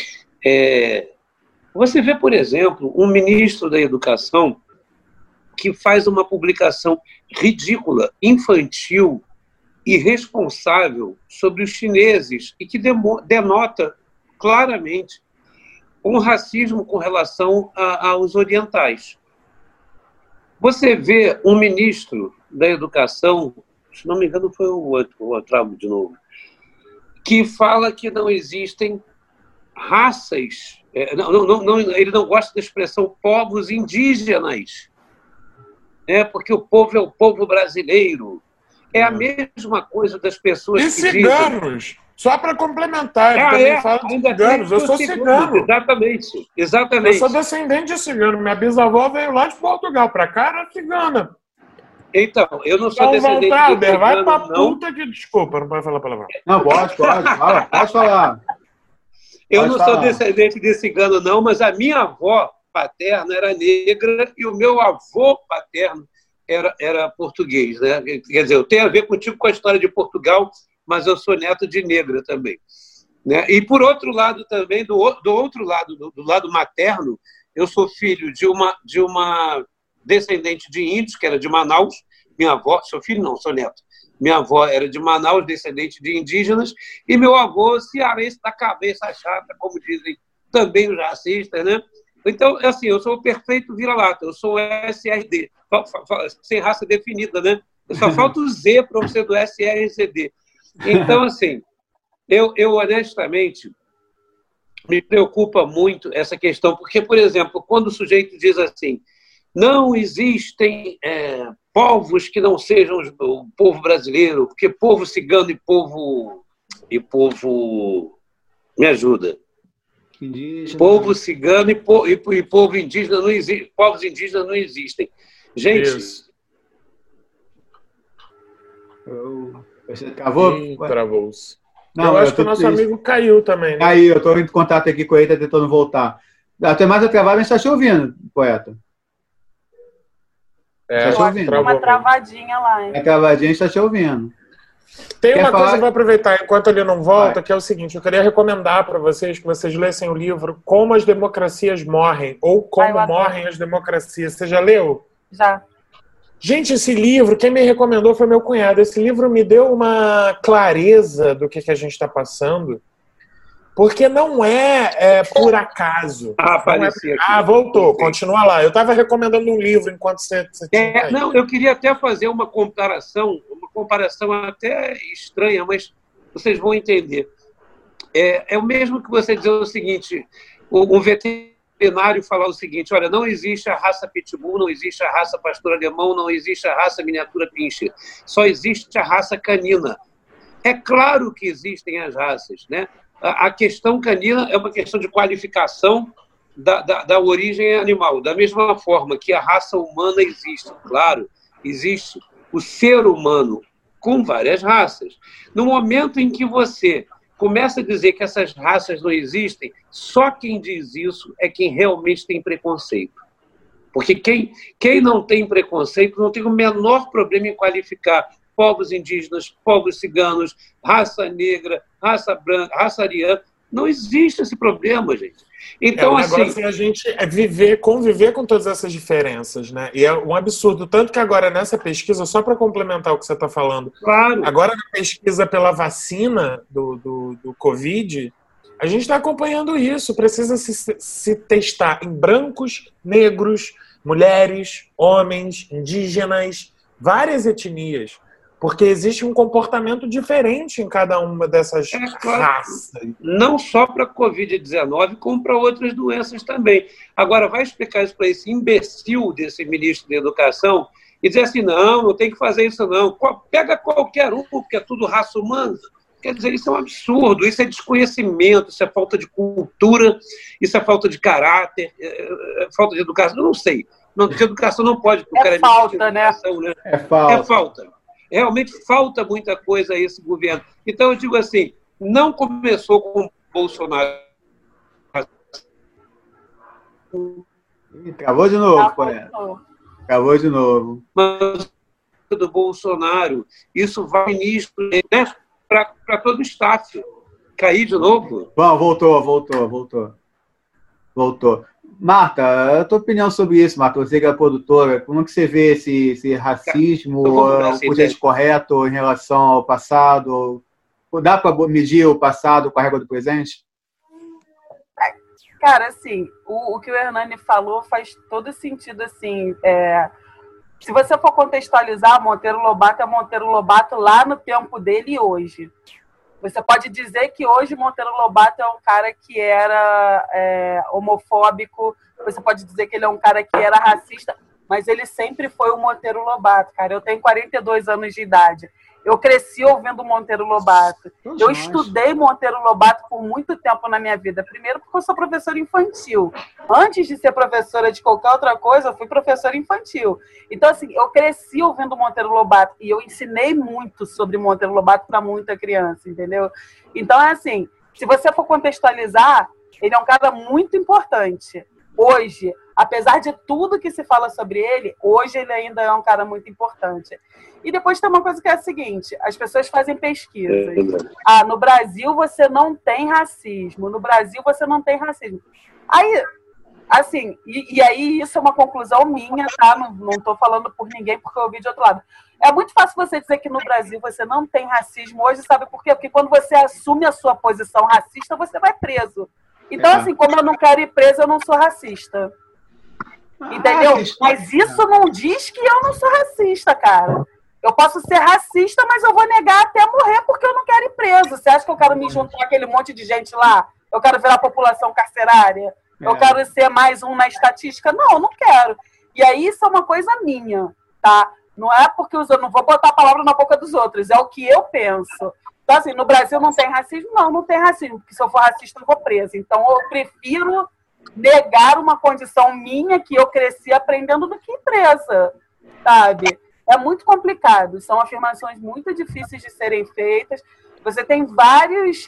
Você vê, por exemplo, um ministro da Educação que faz uma publicação ridícula, infantil, irresponsável sobre os chineses e que denota claramente um racismo com relação aos orientais. Você vê um ministro da Educação, se não me engano foi o Otávio de novo, que fala que não existem raças, ele não gosta da expressão povos indígenas, porque o povo é o povo brasileiro. É a mesma coisa das pessoas e que ciganos. Dizem... Só para complementar, ele também fala de ciganos. Eu sou cigano. Exatamente. Eu sou descendente de cigano. Minha bisavó veio lá de Portugal. Para cá era cigana. Então, eu não sou descendente de cigano, vai pra puta que... Desculpa, não pode falar palavrão. Não, pode falar. Eu não sou descendente de cigano, não, mas a minha avó paterna era negra e o meu avô paterno era português, né? Quer dizer, eu tenho a ver contigo com a história de Portugal, mas eu sou neto de negra também, né? E por outro lado também, do outro lado, do lado materno, eu sou filho de uma descendente de índios, que era de Manaus. Minha avó, sou filho não, sou neto. Minha avó era de Manaus, descendente de indígenas, e meu avô cearense da cabeça chata, como dizem também os racistas, né? Então, assim, eu sou o perfeito vira-lata, eu sou o SRD, sem raça definida, né? Só falta o Z para eu ser do SRCD. Então, assim, eu honestamente me preocupa muito essa questão, porque, por exemplo, quando o sujeito diz assim, não existem povos que não sejam o povo brasileiro, porque povo cigano e povo me ajuda. Indígena. Povo cigano e povo indígena não existe, povos indígenas não existem. Gente, você travou? Travou-se. Não, eu acho que o nosso amigo caiu também, né? Caiu, eu estou em contato aqui com ele, está tentando voltar. Até mais a travar, mas está te ouvindo, poeta. Tem uma travadinha lá, hein? É travadinha, está te ouvindo. Tem uma coisa que eu vou aproveitar enquanto ele não volta, que é o seguinte, eu queria recomendar para vocês que vocês lessem o livro Como as Democracias Morrem, ou Como Morrem as Democracias. Você já leu? Já. Gente, esse livro, quem me recomendou foi meu cunhado. Esse livro me deu uma clareza do que a gente está passando, porque não é por acaso. Apareci aqui. Voltou, continua lá. Eu estava recomendando um livro enquanto você tinha não, eu queria até fazer uma comparação até estranha, mas vocês vão entender. É o mesmo que você dizer o seguinte, o veterinário falar o seguinte, olha, não existe a raça pitbull, não existe a raça pastor alemão, não existe a raça miniatura pincher, só existe a raça canina. É claro que existem as raças, né? A questão canina é uma questão de qualificação da origem animal. Da mesma forma que a raça humana existe, claro, existe o ser humano com várias raças. No momento em que você começa a dizer que essas raças não existem, só quem diz isso é quem realmente tem preconceito. Porque quem não tem preconceito não tem o menor problema em qualificar povos indígenas, povos ciganos, raça negra, raça branca, raça ariana. Não existe esse problema, gente. Então, o negócio é a gente conviver com todas essas diferenças, né? E é um absurdo. Tanto que agora, nessa pesquisa, só para complementar o que você está falando, claro. Agora na pesquisa pela vacina do Covid, a gente está acompanhando isso. Precisa se testar em brancos, negros, mulheres, homens, indígenas, várias etnias. Porque existe um comportamento diferente em cada uma dessas raças. Não só para a Covid-19, como para outras doenças também. Agora, vai explicar isso para esse imbecil desse ministro da Educação e dizer assim, não tem que fazer isso não. Pega qualquer um, porque é tudo raça humana. Quer dizer, isso é um absurdo, isso é desconhecimento, isso é falta de cultura, isso é falta de caráter, falta de educação. Eu não sei. De educação não pode. É falta, né? É falta. Realmente falta muita coisa a esse governo. Então, eu digo assim, não começou com o Bolsonaro. Acabou de novo, Poeta. Acabou de novo. Mas do Bolsonaro, isso vai ministro, né, para todo o staff. Cair de novo? Bom, voltou. Marta, a tua opinião sobre isso, Marta, você que é a produtora, como que você vê esse racismo, o processo correto em relação ao passado? Dá para medir o passado com a régua do presente? Cara, assim, o que o Hernani falou faz todo sentido, assim. Se você for contextualizar, Monteiro Lobato é Monteiro Lobato lá no tempo dele e hoje. Você pode dizer que hoje Monteiro Lobato é um cara que era homofóbico, você pode dizer que ele é um cara que era racista, mas ele sempre foi o Monteiro Lobato, cara. Eu tenho 42 anos de idade. Eu cresci ouvindo Monteiro Lobato. Eu estudei Monteiro Lobato por muito tempo na minha vida. Primeiro porque eu sou professora infantil. Antes de ser professora de qualquer outra coisa, eu fui professora infantil. Então, assim, eu cresci ouvindo Monteiro Lobato e eu ensinei muito sobre Monteiro Lobato para muita criança, entendeu? Então, é assim, se você for contextualizar, ele é um cara muito importante. Hoje, apesar de tudo que se fala sobre ele, hoje ele ainda é um cara muito importante. E depois tem uma coisa que é a seguinte, as pessoas fazem pesquisas. No Brasil você não tem racismo, no Brasil você não tem racismo. Aí, assim, e aí isso é uma conclusão minha, tá? Não estou falando por ninguém porque eu ouvi de outro lado. É muito fácil você dizer que no Brasil você não tem racismo hoje, sabe por quê? Porque quando você assume a sua posição racista, você vai preso. Então, assim, como eu não quero ir preso, eu não sou racista. Entendeu? Mas isso não diz que eu não sou racista, cara. Eu posso ser racista, mas eu vou negar até morrer porque eu não quero ir preso. Você acha que eu quero me juntar com aquele monte de gente lá? Eu quero virar população carcerária? Eu quero ser mais um na estatística? Não, eu não quero. E aí isso é uma coisa minha, tá? Não é porque eu não vou botar a palavra na boca dos outros, é o que eu penso. Então, assim, no Brasil não tem racismo? Não, não tem racismo, porque se eu for racista eu vou preso. Então, eu prefiro negar uma condição minha que eu cresci aprendendo do que ir presa, sabe? É muito complicado, são afirmações muito difíceis de serem feitas. Você tem vários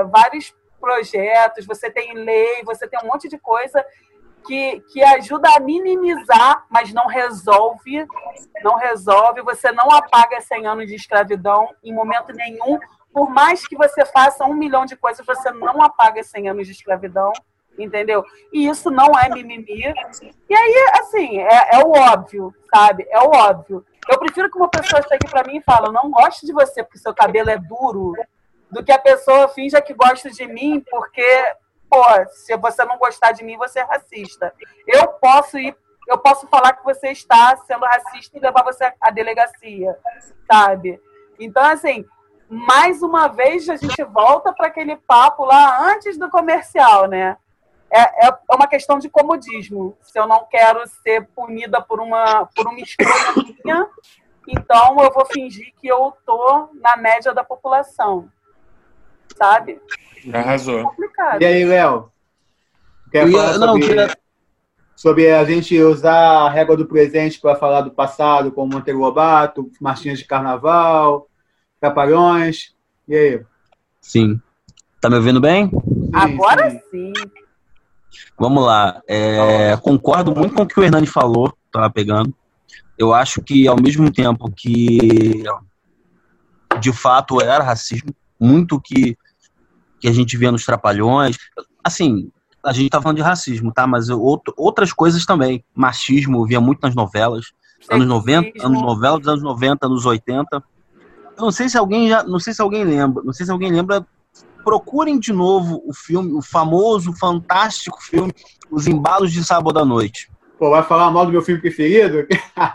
projetos, você tem lei, você tem um monte de coisa que ajuda a minimizar, mas não resolve, você não apaga 100 anos de escravidão em momento nenhum. Por mais que você faça 1 milhão de coisas, você não apaga 100 anos de escravidão, entendeu? E isso não é mimimi. E aí, assim, é o óbvio, sabe? É o óbvio. Eu prefiro que uma pessoa chegue pra mim e fale, eu não gosto de você porque seu cabelo é duro, do que a pessoa finja que gosta de mim porque, se você não gostar de mim, você é racista. Eu posso falar que você está sendo racista e levar você à delegacia, sabe? Então, assim, mais uma vez a gente volta para aquele papo lá antes do comercial, né? É uma questão de comodismo. Se eu não quero ser punida por uma escolha minha, então eu vou fingir que eu tô na média da população, sabe? Arrasou. É complicado. E aí, Léo? Quer falar sobre a gente usar a régua do presente para falar do passado, como Monteiro Lobato, marchinhas de carnaval, trapalhões? E aí? Sim. Tá me ouvindo bem? Agora sim. Vamos lá. Concordo muito com o que o Hernani falou, tava pegando. Eu acho que, ao mesmo tempo que, de fato, era racismo, muito que a gente via nos Trapalhões. Assim, a gente tá falando de racismo, tá? Mas outras coisas também. Machismo, eu via muito nas novelas. Anos 90, anos 90, anos 80. Eu não sei se alguém lembra. Procurem de novo o filme, o famoso, fantástico filme Os Embalos de Sábado à Noite. Pô, vai falar mal do meu filme preferido?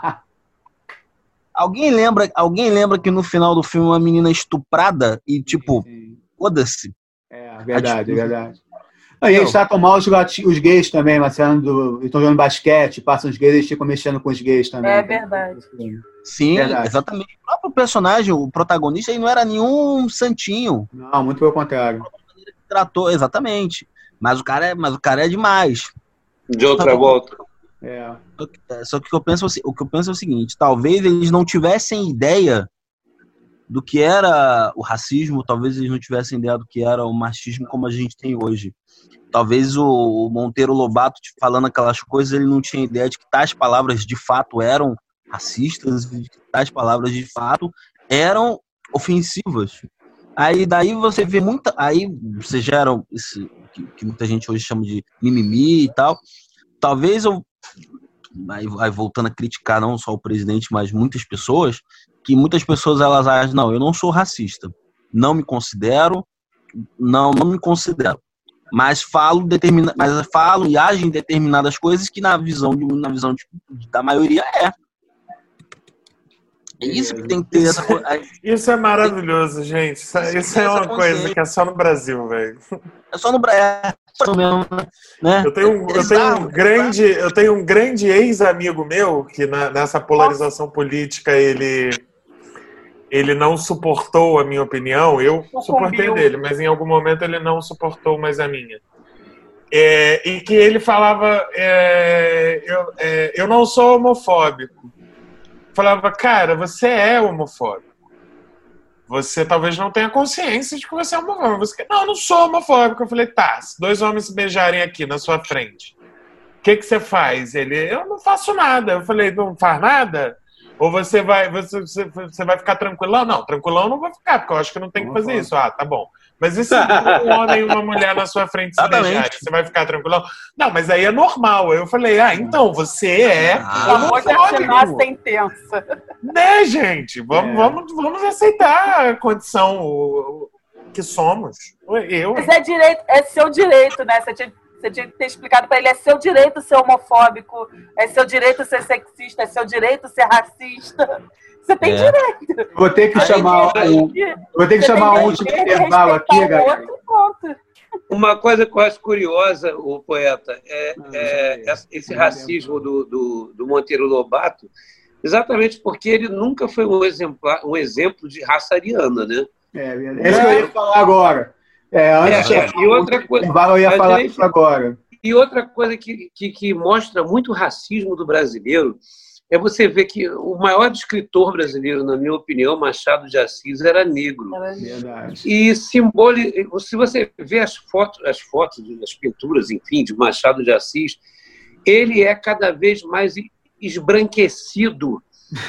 Alguém lembra que no final do filme uma menina estuprada e tipo, foda-se. Verdade. Aí eles tratam mal os gays também, Marcelo, estão jogando basquete, passam os gays e ficam mexendo com os gays também. É verdade. Sim, verdade. Exatamente. O próprio personagem, o protagonista, ele não era nenhum santinho. Não, muito pelo contrário. Tratou, exatamente. Mas o cara é demais. De outra volta. Só que o que eu penso é o seguinte, talvez eles não tivessem ideia do que era o racismo, talvez eles não tivessem ideia do que era o machismo como a gente tem hoje. Talvez o Monteiro Lobato falando aquelas coisas, ele não tinha ideia de que tais palavras de fato eram racistas, de que tais palavras de fato eram ofensivas. Aí daí você vê aí você gera isso que muita gente hoje chama de mimimi e tal. Talvez aí voltando a criticar não só o presidente, mas muitas pessoas elas acham, não, eu não sou racista, não me considero. mas falo e ajo em determinadas coisas que na visão da maioria é. É isso que tem que ter essa coisa. Isso é maravilhoso, gente. Isso é uma coisa que é só no Brasil, velho. É só no Brasil mesmo, né? Eu tenho um grande ex-amigo meu que nessa polarização política ele não suportou a minha opinião. Eu suportei dele, mas em algum momento ele não suportou mais a minha. E que ele falava, eu não sou homofóbico. Falava, cara, você é homofóbico. Você talvez não tenha consciência de que você é homofóbico. Não, eu não sou homofóbico. Eu falei, tá, se dois homens se beijarem aqui na sua frente, o que você faz? Eu não faço nada. Eu falei, não faz nada? Ou você vai ficar tranquilão? Não, tranquilão eu não vou ficar, porque eu acho que não tem que fazer isso. Ah, tá bom. Mas e se um homem e uma mulher na sua frente se beijarem? Você vai ficar tranquilão? Não, mas aí é normal. Eu falei, então, você é homofóbico. A sentença. Né, gente? Vamos aceitar a condição que somos. Mas é seu direito, né? Você tinha que ter explicado para ele, é seu direito ser homofóbico, é seu direito ser sexista, é seu direito ser racista. Você tem direito. Vou ter que chamar um último intervalo aqui, galera. Uma coisa que eu acho curiosa, o poeta, esse racismo do Monteiro Lobato, exatamente porque ele nunca foi um exemplo de raça ariana, né? É isso que eu ia falar agora. E outra coisa, eu ia falar isso agora. E outra coisa que mostra muito o racismo do brasileiro é você ver que o maior escritor brasileiro, na minha opinião, Machado de Assis, era negro. Verdade. E se você vê as fotos, as pinturas, enfim, de Machado de Assis, ele é cada vez mais esbranquecido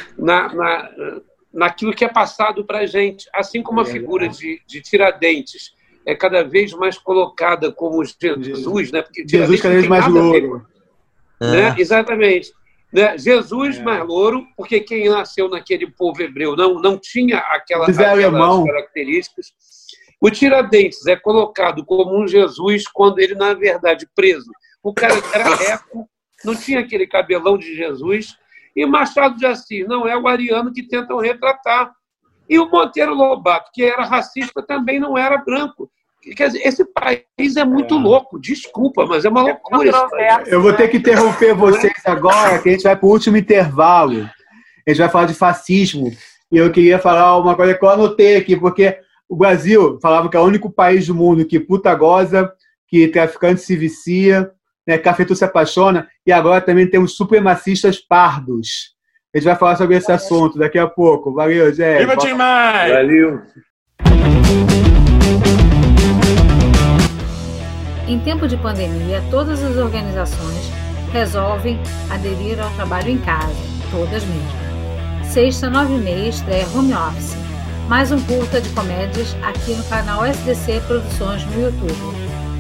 naquilo que é passado para a gente. Assim como a figura de Tiradentes é cada vez mais colocada como Jesus, né? Porque Jesus cada vez mais louro. Né? Exatamente. Né? Jesus mais louro, porque quem nasceu naquele povo hebreu não tinha aquelas características. O Tiradentes é colocado como um Jesus quando ele, na verdade, preso. O cara era reco, não tinha aquele cabelão de Jesus. E Machado de Assis não é o ariano que tentam retratar. E o Monteiro Lobato, que era racista, também não era branco. Quer dizer, esse país é muito louco. Desculpa, mas é uma loucura esse país. Eu vou ter que interromper vocês agora, que a gente vai para o último intervalo. A gente vai falar de fascismo. E eu queria falar uma coisa que eu anotei aqui, porque o Brasil falava que é o único país do mundo que puta goza, que traficante se vicia, né, cafetu se apaixona, e agora também temos supremacistas pardos. A gente vai falar sobre esse assunto daqui a pouco. Valeu, Zé. Viva Tim Maia! Valeu! Em tempo de pandemia, todas as organizações resolvem aderir ao trabalho em casa, todas mesmo. Sexta, 9h30, estreia Home Office. Mais um curta de comédias aqui no canal SDC Produções no YouTube.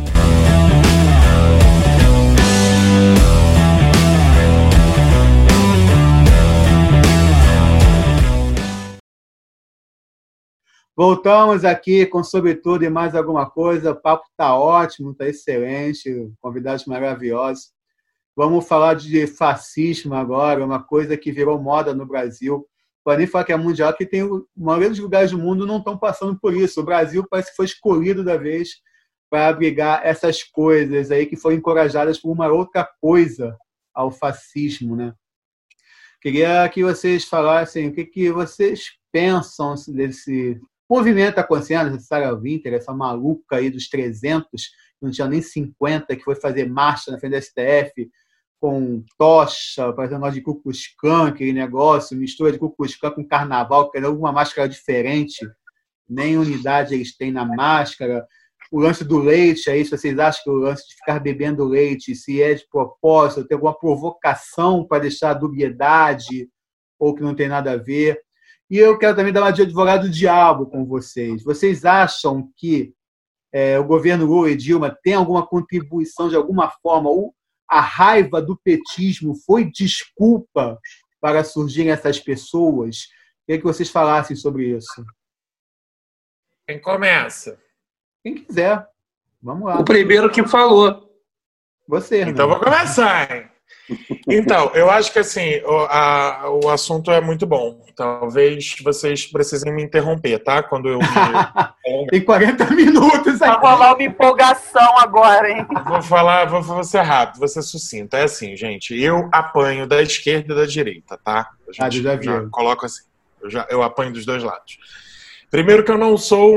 Voltamos aqui com Sobretudo e Mais Alguma Coisa. O papo está ótimo, está excelente, convidados maravilhosos. Vamos falar de fascismo agora, uma coisa que virou moda no Brasil. Para nem falar que é mundial, que tem a maioria dos lugares do mundo não estão passando por isso. O Brasil parece que foi escolhido da vez para abrigar essas coisas aí que foram encorajadas por uma outra coisa ao fascismo, né? Queria que vocês falassem o que vocês pensam desse movimento está acontecendo, essa Sarah Winter, essa maluca aí dos 300, que não tinha nem 50, que foi fazer marcha na frente da STF com tocha, fazendo negócio de Ku Klux Klan, aquele negócio, mistura de Ku Klux Klan com carnaval, que é alguma máscara diferente, nem unidade eles têm na máscara. O lance do leite, aí, se vocês acham que o lance de ficar bebendo leite, se é de propósito, tem alguma provocação para deixar a dubiedade, ou que não tem nada a ver. E eu quero também dar uma de advogado do diabo com vocês. Vocês acham que o governo Lula e Dilma tem alguma contribuição de alguma forma, ou a raiva do petismo foi desculpa para surgirem essas pessoas? Queria que vocês falassem sobre isso. Quem começa? Quem quiser. Vamos lá. O primeiro que falou. Você, Então, vou começar, hein? Então, eu acho que assim, o assunto é muito bom. Talvez vocês precisem me interromper, tá? Quando eu me... Tem 40 minutos Vai aqui. rolar uma empolgação agora, hein? Vou ser rápido, vou ser sucinto. É assim, gente, eu apanho da esquerda e da direita, tá? A gente já viu. coloca assim, eu apanho dos dois lados. Primeiro que eu não sou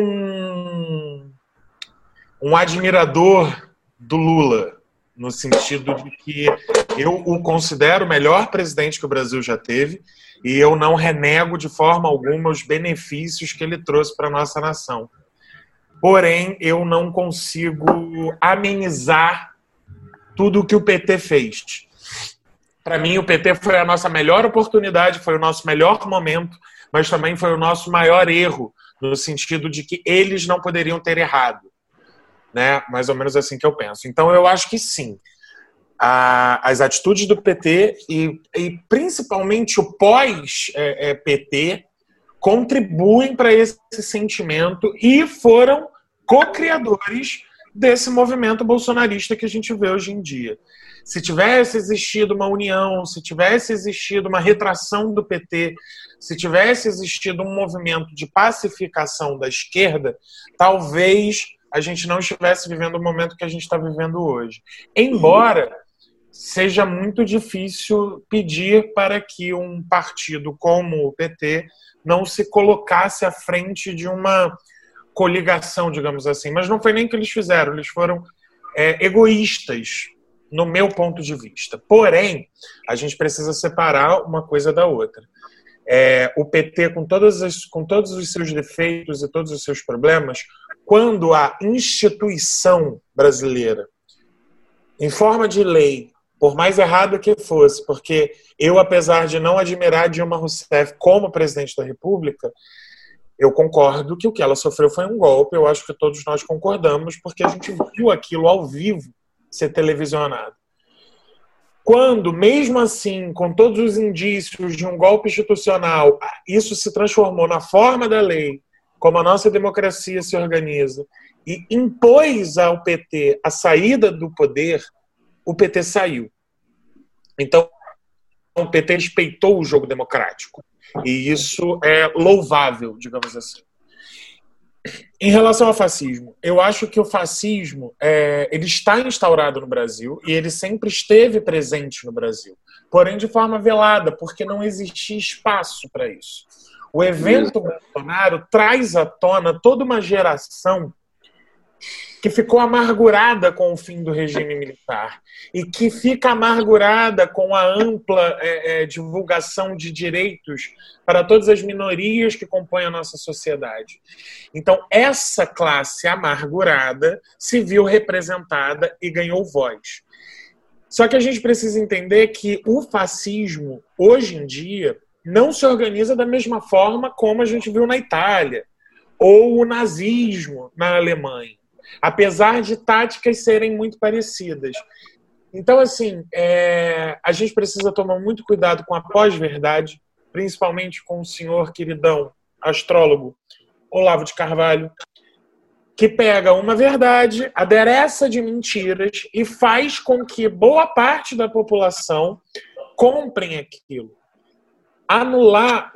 um admirador do Lula, no sentido de que eu o considero o melhor presidente que o Brasil já teve e eu não renego de forma alguma os benefícios que ele trouxe para a nossa nação. Porém, eu não consigo amenizar tudo o que o PT fez. Para mim, o PT foi a nossa melhor oportunidade, foi o nosso melhor momento, mas também foi o nosso maior erro, no sentido de que eles não poderiam ter errado. Né? Mais ou menos assim que eu penso. Então, eu acho que sim. As atitudes do PT e principalmente o pós-PT contribuem para esse sentimento e foram co-criadores desse movimento bolsonarista que a gente vê hoje em dia. Se tivesse existido uma união, se tivesse existido uma retração do PT, se tivesse existido um movimento de pacificação da esquerda, talvez a gente não estivesse vivendo o momento que a gente está vivendo hoje. Embora seja muito difícil pedir para que um partido como o PT não se colocasse à frente de uma coligação, digamos assim. Mas não foi nem o que eles fizeram, eles foram egoístas, no meu ponto de vista. Porém, a gente precisa separar uma coisa da outra. O PT, com todos os seus defeitos e todos os seus problemas, quando a instituição brasileira, em forma de lei, por mais errado que fosse, porque eu, apesar de não admirar Dilma Rousseff como presidente da República, eu concordo que o que ela sofreu foi um golpe, eu acho que todos nós concordamos, porque a gente viu aquilo ao vivo ser televisionado. Quando, mesmo assim, com todos os indícios de um golpe institucional, isso se transformou na forma da lei, como a nossa democracia se organiza, e impôs ao PT a saída do poder, o PT saiu. Então, o PT respeitou o jogo democrático. E isso é louvável, digamos assim. Em relação ao fascismo, eu acho que o fascismo ele está instaurado no Brasil e ele sempre esteve presente no Brasil, porém de forma velada, porque não existia espaço para isso. O evento Bolsonaro traz à tona toda uma geração que ficou amargurada com o fim do regime militar e que fica amargurada com a ampla divulgação de direitos para todas as minorias que compõem a nossa sociedade. Então, essa classe amargurada se viu representada e ganhou voz. Só que a gente precisa entender que o fascismo, hoje em dia, não se organiza da mesma forma como a gente viu na Itália ou o nazismo na Alemanha, apesar de táticas serem muito parecidas. Então, assim, a gente precisa tomar muito cuidado com a pós-verdade, principalmente com o senhor queridão astrólogo Olavo de Carvalho, que pega uma verdade, adereça de mentiras e faz com que boa parte da população comprem aquilo. Anular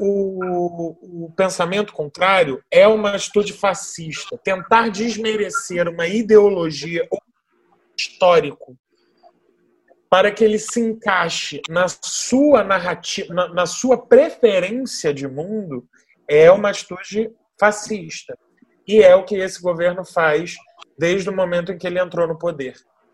o pensamento contrário é uma atitude fascista. Tentar desmerecer uma ideologia ou histórico para que ele se encaixe na sua narrativa, na sua preferência de mundo, é uma atitude fascista. E é o que esse governo faz desde o momento em que ele entrou no poder.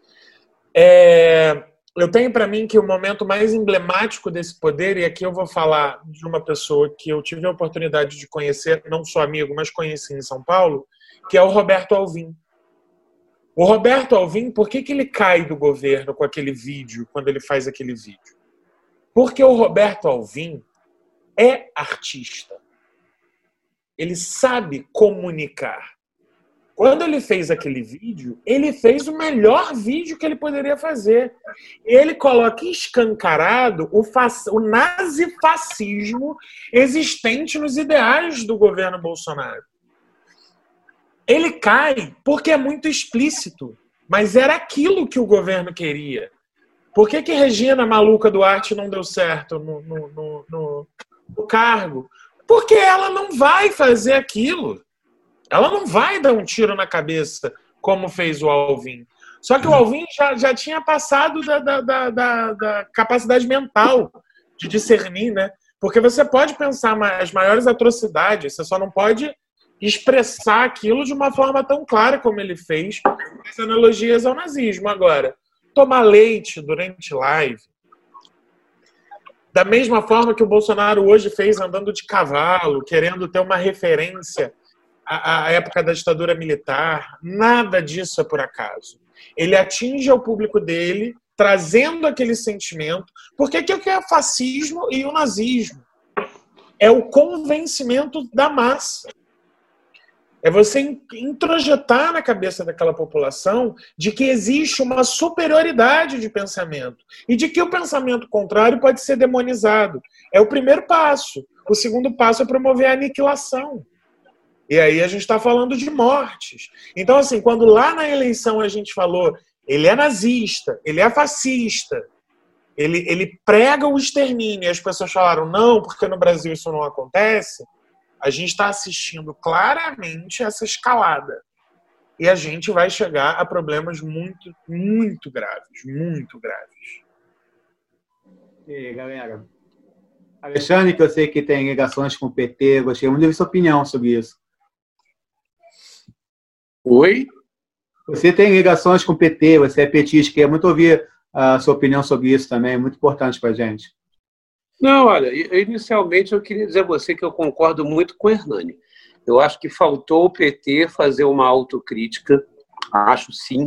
Eu tenho para mim que o momento mais emblemático desse poder, e aqui eu vou falar de uma pessoa que eu tive a oportunidade de conhecer, não sou amigo, mas conheci em São Paulo, que é o Roberto Alvim. O Roberto Alvim, por que ele cai do governo com aquele vídeo, quando ele faz aquele vídeo? Porque o Roberto Alvim é artista. Ele sabe comunicar. Quando ele fez aquele vídeo, ele fez o melhor vídeo que ele poderia fazer. Ele coloca escancarado o nazifascismo existente nos ideais do governo Bolsonaro. Ele cai porque é muito explícito. Mas era aquilo que o governo queria. Por que Regina Maluca Duarte não deu certo no cargo? Porque ela não vai fazer aquilo. Ela não vai dar um tiro na cabeça como fez o Alvin. Só que o Alvin já tinha passado da capacidade mental de discernir, né? Porque você pode pensar as maiores atrocidades, você só não pode expressar aquilo de uma forma tão clara como ele fez, as analogias ao nazismo. Agora, tomar leite durante live, da mesma forma que o Bolsonaro hoje fez andando de cavalo, querendo ter uma referência à época da ditadura militar, nada disso é por acaso. Ele atinge ao público dele, trazendo aquele sentimento, porque o que é o fascismo e o nazismo? É o convencimento da massa. É você introjetar na cabeça daquela população de que existe uma superioridade de pensamento e de que o pensamento contrário pode ser demonizado. É o primeiro passo. O segundo passo é promover a aniquilação. E aí a gente está falando de mortes. Então, assim, quando lá na eleição a gente falou ele é nazista, ele é fascista, ele prega o extermínio e as pessoas falaram não, porque no Brasil isso não acontece, a gente está assistindo claramente essa escalada. E a gente vai chegar a problemas muito, muito graves. Muito graves. E aí, galera? Alexandre, que eu sei que tem ligações com o PT, gostaria muito de ouvir sua opinião sobre isso. Oi? Você tem ligações com o PT, você é petista, queria muito ouvir a sua opinião sobre isso também, é muito importante para a gente. Não, olha, inicialmente eu queria dizer a você que eu concordo muito com o Hernani. Eu acho que faltou o PT fazer uma autocrítica, acho sim.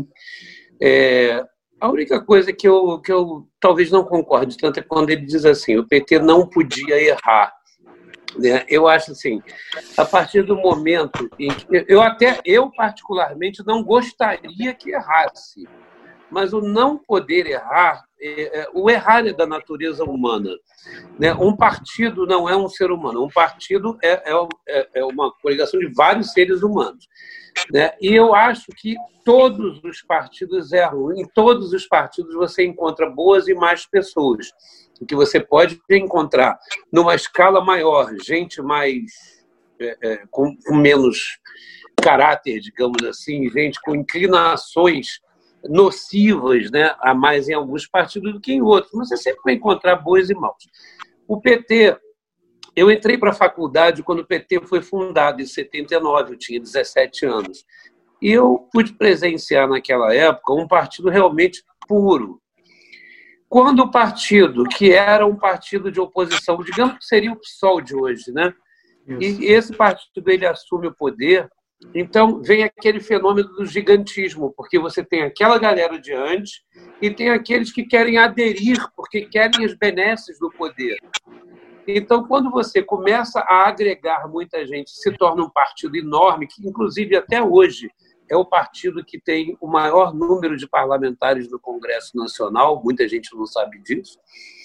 A única coisa que eu talvez não concorde tanto é quando ele diz assim, o PT não podia errar. Né? Eu acho assim, a partir do momento em que... Eu particularmente não gostaria que errasse, mas o não poder errar, o errar é da natureza humana. Né? Um partido não é um ser humano, um partido é uma coligação de vários seres humanos. Né? E eu acho que todos os partidos erram. Em todos os partidos você encontra boas e más pessoas. O que você pode encontrar numa escala maior, gente mais com menos caráter, digamos assim, gente com inclinações nocivas, né, a mais em alguns partidos do que em outros. Mas você sempre vai encontrar boas e maus. O PT, eu entrei para a faculdade quando o PT foi fundado, em 79, eu tinha 17 anos. E eu pude presenciar naquela época um partido realmente puro. Quando o partido, que era um partido de oposição, digamos que seria o PSOL de hoje, né? E esse partido ele assume o poder, então vem aquele fenômeno do gigantismo, porque você tem aquela galera de antes e tem aqueles que querem aderir, porque querem as benesses do poder. Então, quando você começa a agregar muita gente, se torna um partido enorme, que inclusive até hoje é o partido que tem o maior número de parlamentares no Congresso Nacional, muita gente não sabe disso.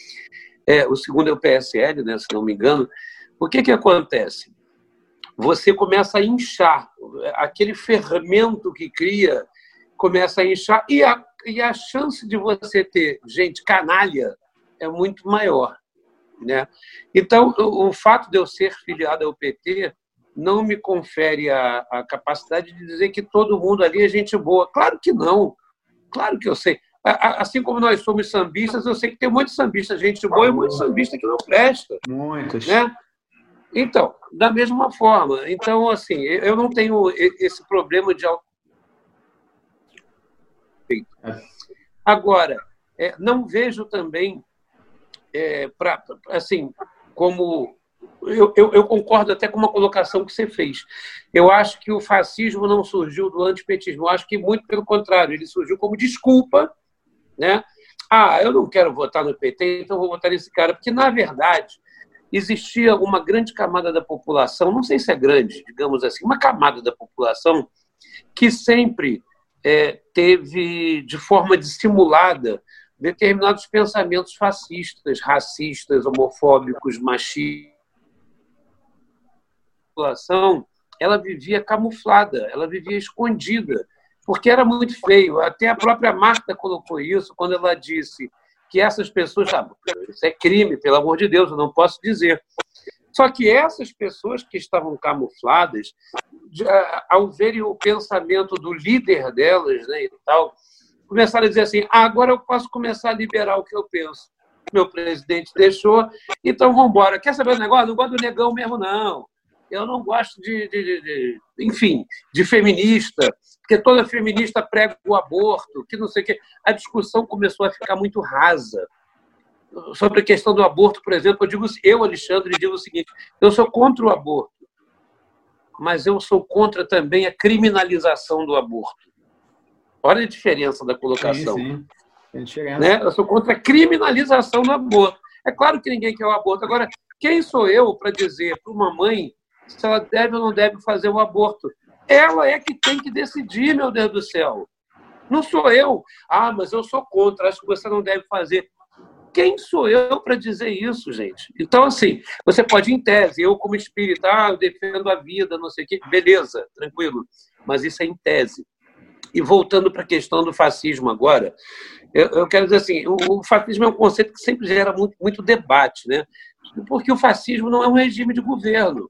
O segundo é o PSL, né, se não me engano. O que acontece? Você começa a inchar, aquele fermento que cria começa a inchar e a chance de você ter gente canalha é muito maior. Né? Então, o fato de eu ser filiado ao PT não me confere a capacidade de dizer que todo mundo ali é gente boa. Claro que não. Claro que eu sei. Assim como nós somos sambistas, eu sei que tem muitos sambistas, gente boa, e muitos sambistas que não prestam. Muitos. Né? Então, da mesma forma. Então, assim, eu não tenho esse problema de... Agora, não vejo também, assim, como... Eu concordo até com uma colocação que você fez. Eu acho que o fascismo não surgiu do antipetismo. Eu acho que, muito pelo contrário, ele surgiu como desculpa, né? Eu não quero votar no PT, então vou votar nesse cara. Porque, na verdade, existia uma grande camada da população, não sei se é grande, digamos assim, uma camada da população que sempre teve, de forma dissimulada, determinados pensamentos fascistas, racistas, homofóbicos, machistas. A população ela vivia camuflada, ela vivia escondida, porque era muito feio. Até a própria Marta colocou isso quando ela disse que essas pessoas... isso é crime, pelo amor de Deus, eu não posso dizer. Só que essas pessoas que estavam camufladas, ao verem o pensamento do líder delas, né, e tal, começaram a dizer assim, agora eu posso começar a liberar o que eu penso. Meu presidente deixou, então vamos embora. Quer saber o negócio? Não gosto do negão mesmo, não. Eu não gosto enfim, de feminista, porque toda feminista prega o aborto, que não sei o quê. A discussão começou a ficar muito rasa. Sobre a questão do aborto, por exemplo, eu, Alexandre, digo o seguinte, eu sou contra o aborto, mas eu sou contra também a criminalização do aborto. Olha a diferença da colocação. Sim. Tem diferença. Né? Eu sou contra a criminalização do aborto. É claro que ninguém quer o aborto. Agora, quem sou eu para dizer para uma mãe se ela deve ou não deve fazer o aborto? Ela é que tem que decidir, meu Deus do céu. Não sou eu. Mas eu sou contra, acho que você não deve fazer. Quem sou eu para dizer isso, gente? Então, assim, você pode, em tese, eu como espírita, eu defendo a vida, não sei o quê, beleza, tranquilo. Mas isso é em tese. E voltando para a questão do fascismo agora, eu quero dizer assim, o fascismo é um conceito que sempre gera muito debate, né? Porque o fascismo não é um regime de governo.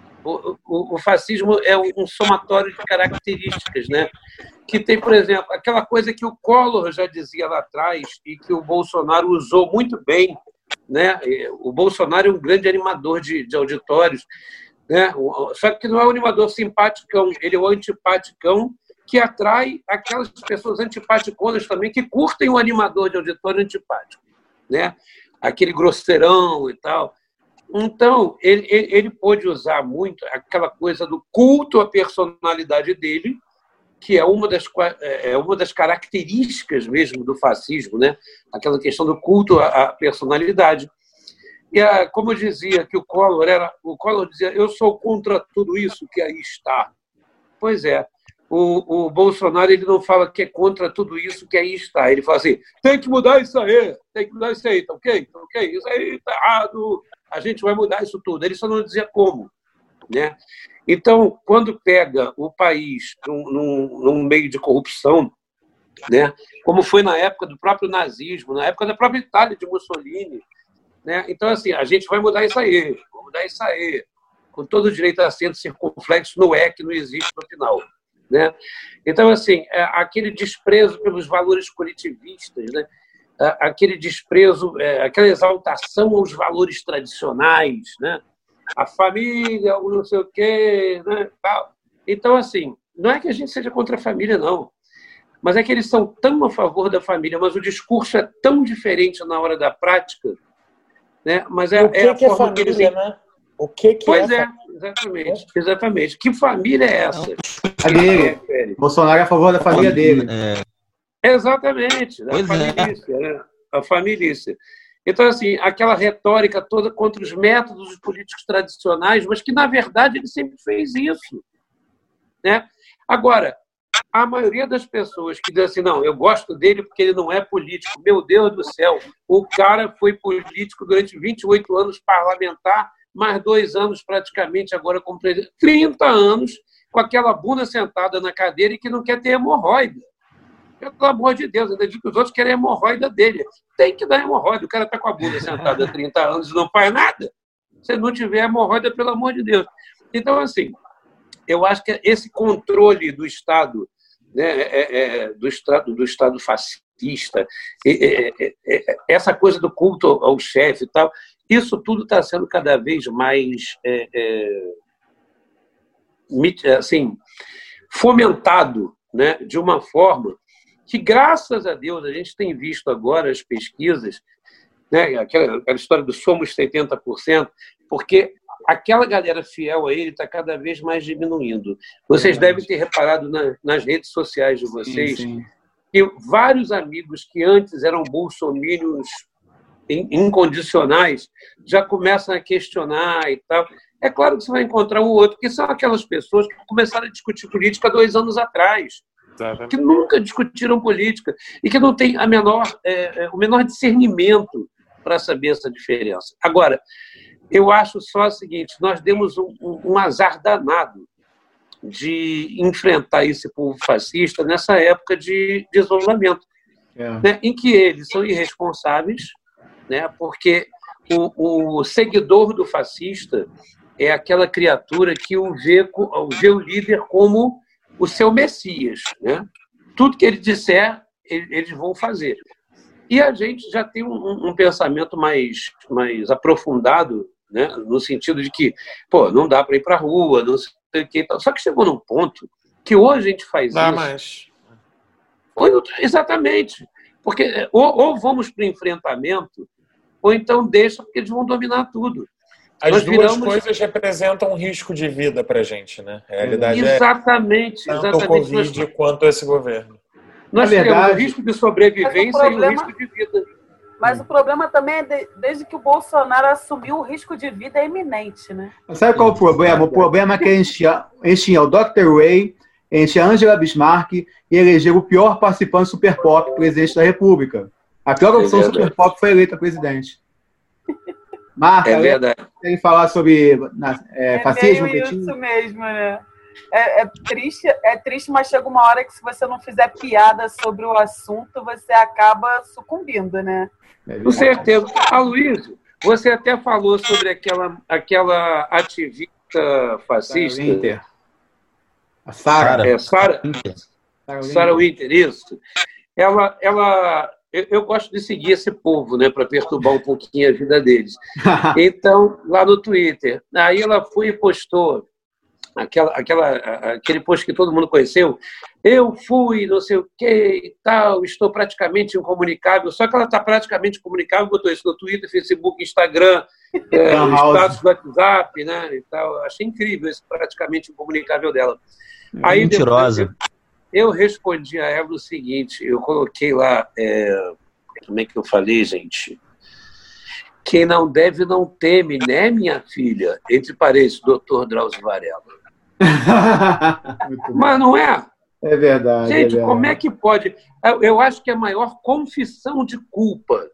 O fascismo é um somatório de características, né? Que tem, por exemplo, aquela coisa que o Collor já dizia lá atrás e que o Bolsonaro usou muito bem, né? O Bolsonaro é um grande animador de auditórios, né? Só que não é um animador simpaticão, ele é o antipaticão que atrai aquelas pessoas antipaticonas também que curtem o animador de auditório antipático, né? Aquele grosseirão e tal. Então, ele pôde usar muito aquela coisa do culto à personalidade dele, que é uma das características mesmo do fascismo, né? Aquela questão do culto à personalidade. E, como eu dizia, que o Collor dizia, eu sou contra tudo isso que aí está. Pois é, o Bolsonaro ele não fala que é contra tudo isso que aí está. Ele fala assim, tem que mudar isso aí, tá ok? Tá ok? Isso aí tá errado, a gente vai mudar isso tudo. Ele só não dizia como, né? Então, quando pega o país num meio de corrupção, né? Como foi na época do próprio nazismo, na época da própria Itália de Mussolini, né? Então, assim, a gente vai mudar isso aí, com todo o direito a acento circunflexo no que não existe no final, né? Então, assim, aquele desprezo pelos valores coletivistas, né? Aquele desprezo, aquela exaltação aos valores tradicionais, né? A família, o não sei o quê, né? Tal. Então, assim, não é que a gente seja contra a família, não, mas é que eles são tão a favor da família, mas o discurso é tão diferente na hora da prática, né? Mas o que é família, né? O que pois é? Exatamente. Que família é essa? A dele. Bolsonaro é a favor da família dele. Exatamente. A família. Então, assim, aquela retórica toda contra os métodos políticos tradicionais, mas que, na verdade, ele sempre fez isso, né? Agora, a maioria das pessoas que dizem assim, não, eu gosto dele porque ele não é político. Meu Deus do céu, o cara foi político durante 28 anos parlamentar, mais 2 anos praticamente agora como presidente. 30 anos com aquela bunda sentada na cadeira e que não quer ter hemorroida. Pelo amor de Deus, ainda digo que os outros querem a hemorroida dele. Tem que dar hemorroida. O cara está com a bunda sentada há 30 anos e não faz nada. Se não tiver hemorroida, pelo amor de Deus. Então, assim, eu acho que esse controle do Estado, né, do Estado fascista, essa coisa do culto ao chefe e tal, isso tudo está sendo cada vez mais assim, fomentado, né, de uma forma que, graças a Deus, a gente tem visto agora as pesquisas, né, aquela história do somos 70%, porque aquela galera fiel a ele está cada vez mais diminuindo. Vocês devem ter reparado nas redes sociais de vocês que vários amigos que antes eram bolsominions incondicionais já começam a questionar e tal. É claro que você vai encontrar um outro, que são aquelas pessoas que começaram a discutir política 2 anos atrás, que nunca discutiram política e que não têm o menor discernimento para saber essa diferença. Agora, eu acho só o seguinte, nós demos um azar danado, de enfrentar esse povo fascista nessa época de isolamento, né, em que eles são irresponsáveis, né, porque o seguidor do fascista é aquela criatura que vê o líder como o seu Messias, né? Tudo que ele disser, eles vão fazer. E a gente já tem um pensamento mais aprofundado, né? No sentido de que, não dá para ir para a rua, não sei o que. Só que chegou num ponto que hoje a gente faz dá isso. Mais. Exatamente. Porque ou vamos para o enfrentamento, ou então deixa, porque eles vão dominar tudo. As duas coisas representam um risco de vida para a gente, né? A realidade exatamente, tanto o Covid quanto esse governo. Nós temos o risco de sobrevivência e o risco de vida. Mas o problema também é desde que o Bolsonaro assumiu, o risco de vida é iminente, né? Sabe qual é o problema? O problema é que enchia o Dr. Ray, enchia a Angela Bismarck e elegeu o pior participante Super Pop, presidente da República. A pior opção Super Pop foi eleita presidente. Marca, é verdade. Querem falar sobre fascismo? Isso mesmo, né? É triste, mas chega uma hora que se você não fizer piada sobre o assunto, você acaba sucumbindo, né? Com certeza. Aloysio, você até falou sobre aquela ativista fascista. A Sarah. Sarah Winter, isso. Eu gosto de seguir esse povo, né, para perturbar um pouquinho a vida deles. Então, lá no Twitter, aí ela foi e postou aquele post que todo mundo conheceu. Eu fui, não sei o que e tal, estou praticamente incomunicável. Só que ela está praticamente incomunicável, botou isso no Twitter, Facebook, Instagram, status do WhatsApp, né, e tal. Achei incrível esse praticamente incomunicável dela. Aí, mentirosa. Eu respondi a ela o seguinte, eu coloquei lá, como é que eu falei, gente? Quem não deve não teme, né, minha filha? Entre parênteses, Dr. Drauzio Varela. Mas não é? É verdade. Gente, como é que pode? Eu acho que a maior confissão de culpa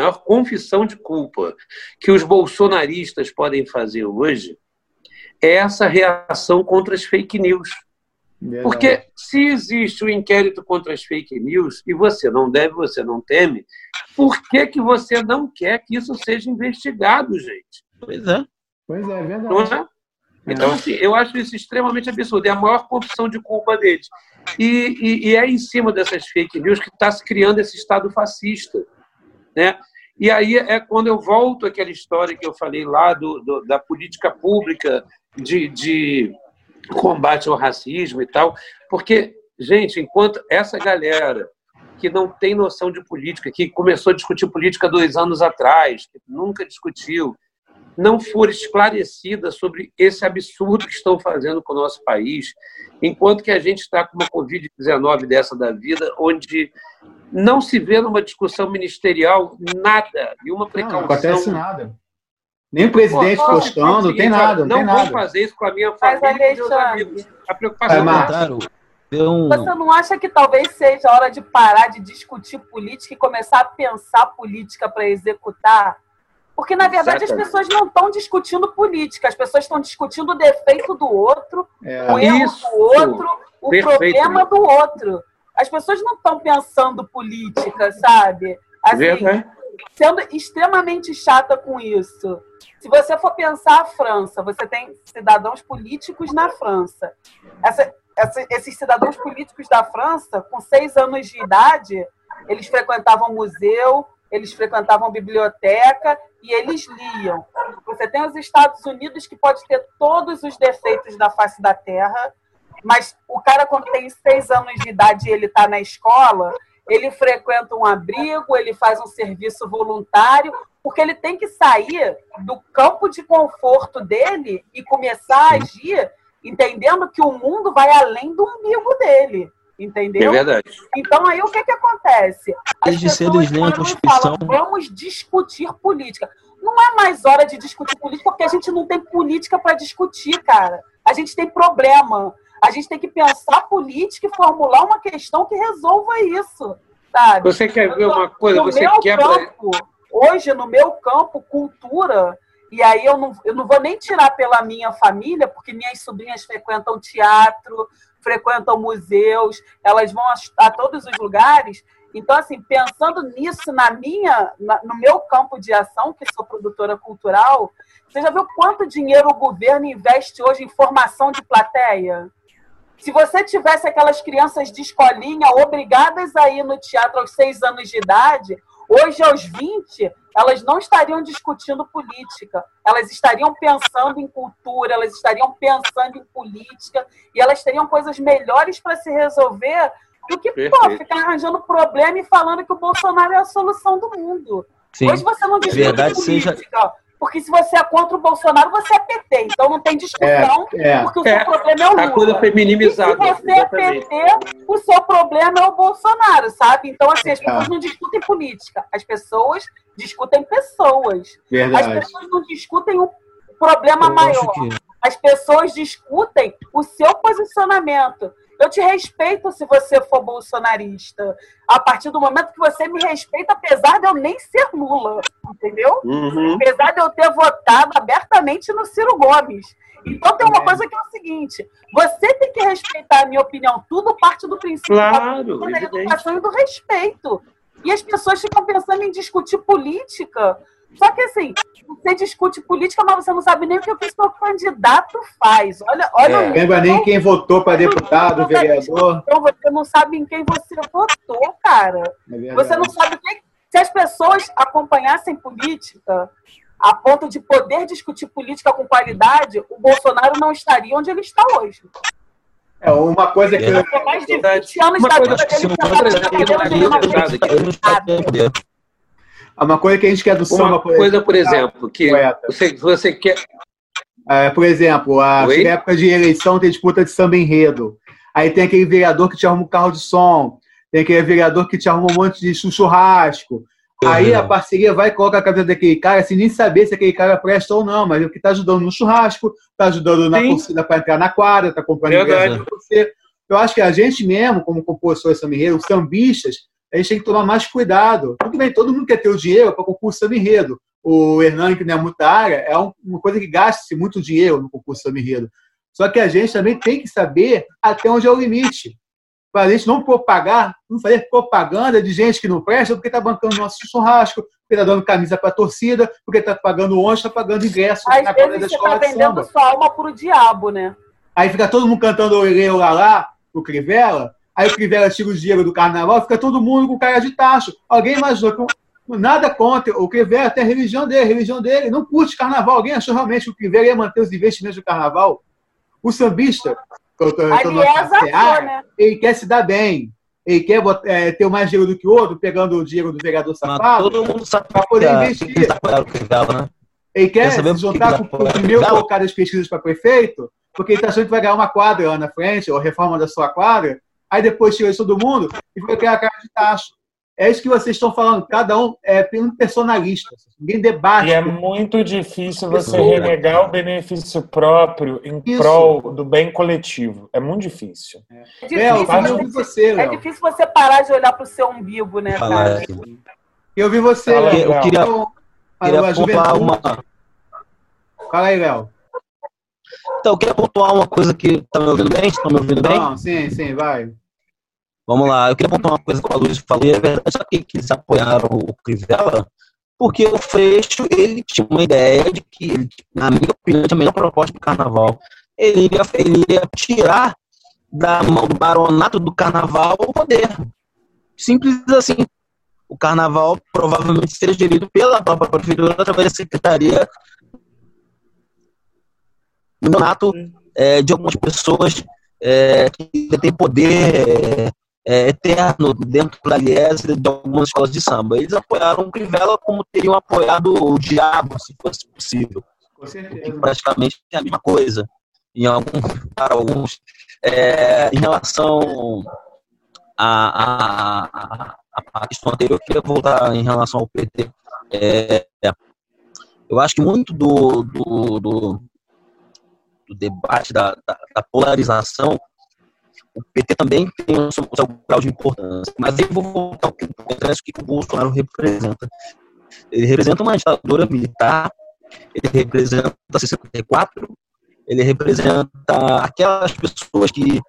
que os bolsonaristas podem fazer hoje é essa reação contra as fake news. Verdade. Porque se existe um inquérito contra as fake news e você não deve, você não teme, por que você não quer que isso seja investigado, gente? Pois é. Pois é, verdade. Não é? Então, assim, eu acho isso extremamente absurdo. É a maior confissão de culpa deles. E é em cima dessas fake news que está se criando esse Estado fascista, né? E aí é quando eu volto àquela história que eu falei lá da política pública de combate ao racismo e tal, porque, gente, enquanto essa galera que não tem noção de política, que começou a discutir política 2 anos atrás, que nunca discutiu, não for esclarecida sobre esse absurdo que estão fazendo com o nosso país, enquanto que a gente está com uma Covid-19 dessa da vida, onde não se vê numa discussão ministerial nada, e uma precaução... Não acontece nada. Nem o presidente postando, não tem nada. Não vou fazer isso com a minha família e com meus amigos. A preocupação Você não acha que talvez seja a hora de parar de discutir política e começar a pensar política para executar? Porque, na verdade, as pessoas não estão discutindo política, as pessoas estão discutindo o defeito do outro, o erro do outro, o problema do outro. As pessoas não estão pensando política, sabe? Assim, sendo extremamente chata com isso. Se você for pensar a França, você tem cidadãos políticos na França. Esses cidadãos políticos da França, com 6 anos de idade, eles frequentavam museu, eles frequentavam biblioteca e eles liam. Você tem os Estados Unidos, que pode ter todos os defeitos da face da Terra, mas o cara, quando tem 6 anos de idade e ele está na escola, ele frequenta um abrigo, ele faz um serviço voluntário, porque ele tem que sair do campo de conforto dele e começar a agir entendendo que o mundo vai além do umbigo dele. Entendeu? É verdade. Então, aí o que acontece? As pessoas falam, vamos discutir política. Não é mais hora de discutir política, porque a gente não tem política para discutir, cara. A gente tem problema. A gente tem que pensar política e formular uma questão que resolva isso, sabe? Você quer ver uma coisa? Hoje, no meu campo, cultura, E aí eu não vou nem tirar pela minha família, porque minhas sobrinhas frequentam teatro, frequentam museus, elas vão a todos os lugares. Então, assim, pensando nisso no meu campo de ação, que sou produtora cultural, você já viu quanto dinheiro o governo investe hoje em formação de plateia? Se você tivesse aquelas crianças de escolinha obrigadas a ir no teatro aos 6 anos de idade, hoje, aos 20, elas não estariam discutindo política, elas estariam pensando em cultura, elas estariam pensando em política, e elas teriam coisas melhores para se resolver do que ficar arranjando problema e falando que o Bolsonaro é a solução do mundo. Sim. Hoje você não discute política, porque se você é contra o Bolsonaro, você é PT, então não tem discussão, porque o seu problema é o Lula. A coisa foi minimizada. E se você é PT, o seu problema é o Bolsonaro, sabe? Então, assim, as pessoas não discutem política, as pessoas discutem pessoas. Verdade. As pessoas não discutem o problema maior. As pessoas discutem o seu posicionamento. Eu te respeito se você for bolsonarista. A partir do momento que você me respeita, apesar de eu nem ser Lula, entendeu? Uhum. Apesar de eu ter votado abertamente no Ciro Gomes. Então tem uma coisa que é o seguinte, você tem que respeitar a minha opinião. Tudo parte do princípio da educação e do respeito. E as pessoas ficam pensando em discutir política. Só que assim, você discute política, mas você não sabe nem o que o seu candidato faz. Olha lembra nem quem votou para deputado, vereador. Então você não sabe em quem você votou, cara. Você não sabe quem... Se as pessoas acompanhassem política a ponto de poder discutir política com qualidade, o Bolsonaro não estaria onde ele está hoje. Uma coisa que... Mais de 20 anos da vida dele. Uma coisa que a gente quer do samba... Por exemplo, que você quer... por exemplo, na época de eleição tem disputa de samba enredo. Aí tem aquele vereador que te arruma um carro de som. Tem aquele vereador que te arruma um monte de churrasco. Aí a parceria vai e coloca a cabeça daquele cara sem nem saber se aquele cara presta ou não, mas o que está ajudando no churrasco, está ajudando na torcida para entrar na quadra, está comprando ingresso para você. Eu acho que a gente mesmo, como compositor de samba enredo, os sambistas, a gente tem que tomar mais cuidado. Tudo bem, todo mundo quer ter o dinheiro para concurso samba enredo. O Hernani, que não é muito da área, é uma coisa que gasta-se muito dinheiro no concurso samba enredo. Só que a gente também tem que saber até onde é o limite. Para a gente não fazer propaganda de gente que não presta porque está bancando nosso churrasco, porque está dando camisa para a torcida, porque está pagando ônibus, está pagando ingresso na quadra da escola de samba. Às vezes você está vendendo sua alma para o diabo, né? Aí fica todo mundo cantando o lá, o Crivella, aí o Crivella tira o dinheiro do carnaval, fica todo mundo com cara de tacho. Alguém imaginou que nada contra o Crivella, tem a religião dele, não curte carnaval. Alguém achou realmente que o Crivella ia manter os investimentos do carnaval? O sambista... né? Ele quer se dar bem, ele quer ter mais dinheiro do que o outro, pegando o dinheiro do vereador safado, todo mundo sabe para poder investir. Ele quer se juntar com o primeiro colocado das pesquisas para prefeito, porque ele está achando que vai ganhar uma quadra lá na frente, ou reforma da sua quadra, aí depois tira todo mundo e fica aquela cara de tacho. É isso que vocês estão falando, cada um é um personalista, ninguém debate. E é muito difícil você renegar o benefício próprio em prol do bem coletivo. É muito difícil. É difícil você parar de olhar para o seu umbigo, né, cara? Eu vi você, Léo. Eu queria pontuar uma... Fala aí, Léo. Então, eu queria pontuar uma coisa que... Tá me ouvindo bem? Estão me ouvindo bem? Não, sim, vai. Vamos lá, eu queria contar uma coisa que a Luiz falou, é verdade, só que eles apoiaram o Crivella, porque o Freixo, ele tinha uma ideia de que, na minha opinião, tinha a melhor proposta para o carnaval. Ele ia tirar da mão do baronato do carnaval o poder. Simples assim. O carnaval provavelmente seria gerido pela própria prefeitura através da secretaria do baronato de algumas pessoas que têm poder... eterno dentro da Lies de algumas escolas de samba. Eles apoiaram o Crivella como teriam apoiado o diabo, se fosse possível. Com certeza. Que praticamente é a mesma coisa. Para alguns. Em relação à questão anterior, eu queria voltar em relação ao PT. Eu acho que muito do debate, da polarização, o PT também tem o seu grau de importância. Mas eu vou voltar ao que o Bolsonaro representa. Ele representa uma ditadura militar ele representa 64, ele representa aquelas pessoas que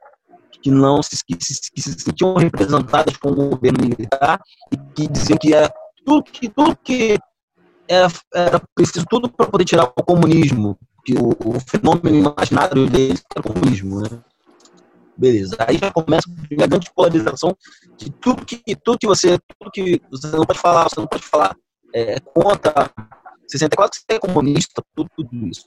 se sentiam representadas com o governo militar e que diziam que era tudo que era preciso tudo para poder tirar o comunismo, que o fenômeno imaginário deles era o comunismo, né? Beleza, aí já começa a grande polarização de tudo que você não pode falar, contra 64, você é comunista, tudo isso.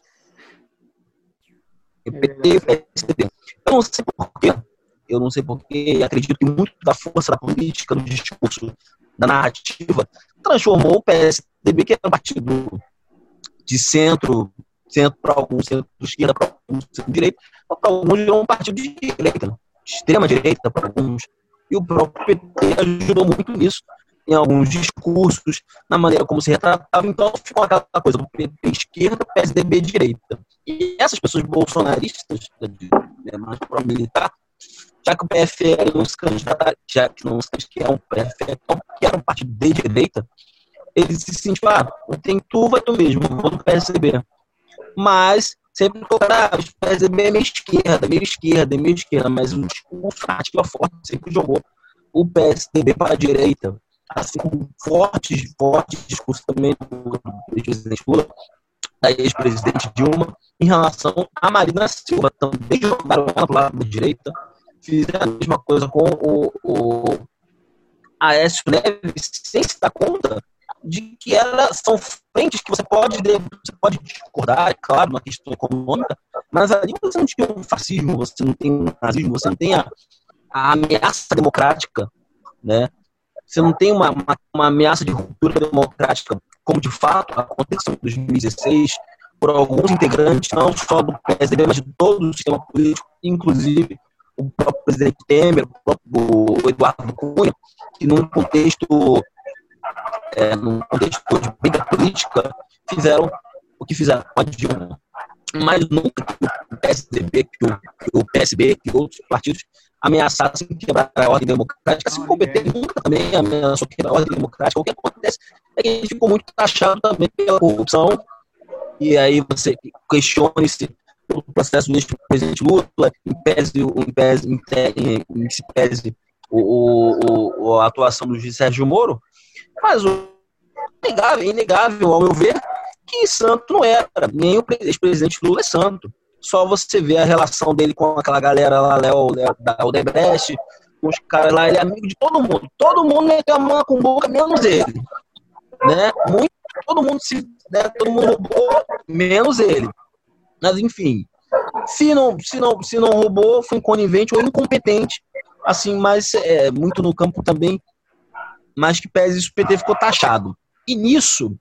O PT e o PSDB. Eu não sei porquê, e acredito que muito da força da política, do discurso, da narrativa, transformou o PSDB, que era um partido de centro para alguns, centro-esquerda para alguns, centro-direita, para alguns virou um partido de direita, de extrema-direita para alguns. E o próprio PT ajudou muito nisso, em alguns discursos, na maneira como se retratava. Então ficou aquela coisa do PT esquerda, PSDB direita. E essas pessoas bolsonaristas, mais pró-militar, já que o PFL não se candidata, que é um PFL, que era um partido de direita, eles se sentiram, tem tu, vai tu mesmo, vou do PSDB. Mas sempre colocaram, o PSDB é meio esquerda, mas o discurso, a ativa forte, sempre jogou o PSDB para a direita, assim como fortes discursos também do ex-presidente Lula, da ex-presidente Dilma, em relação a Marina Silva, também jogaram ela para o lado da direita, fizeram a mesma coisa com o Aécio Neves, sem se dar conta de que são frentes que você pode discordar, é claro, na questão econômica, mas ali você não tem um fascismo, você não tem um nazismo, você não tem a ameaça democrática, né? Você não tem uma ameaça de ruptura democrática, como de fato aconteceu em 2016, por alguns integrantes, não só do PSDB, mas de todo o sistema político, inclusive o próprio presidente Temer, o próprio Eduardo Cunha, que num contexto de briga política, fizeram o que fizeram com a Dilma. Mas nunca que o PSDB, que o PSB, que outros partidos ameaçassem quebrar a ordem democrática, assim como o PT nunca também ameaçou quebrar a ordem democrática. O que acontece é que ele ficou muito taxado também pela corrupção, e aí você questione-se pelo processo do ex-presidente Lula, a atuação do juiz Sérgio Moro, mas é inegável, ao meu ver, que santo não era, nem o ex-presidente Lula é santo. Só você vê a relação dele com aquela galera lá, Léo da Odebrecht, com os caras lá, ele é amigo de todo mundo meteu a mão com boca, menos ele, né? Todo mundo roubou, menos ele. Mas enfim, se não roubou, foi conivente ou incompetente, assim, mas muito no campo também, mas que pese isso, o PT ficou taxado. E nisso,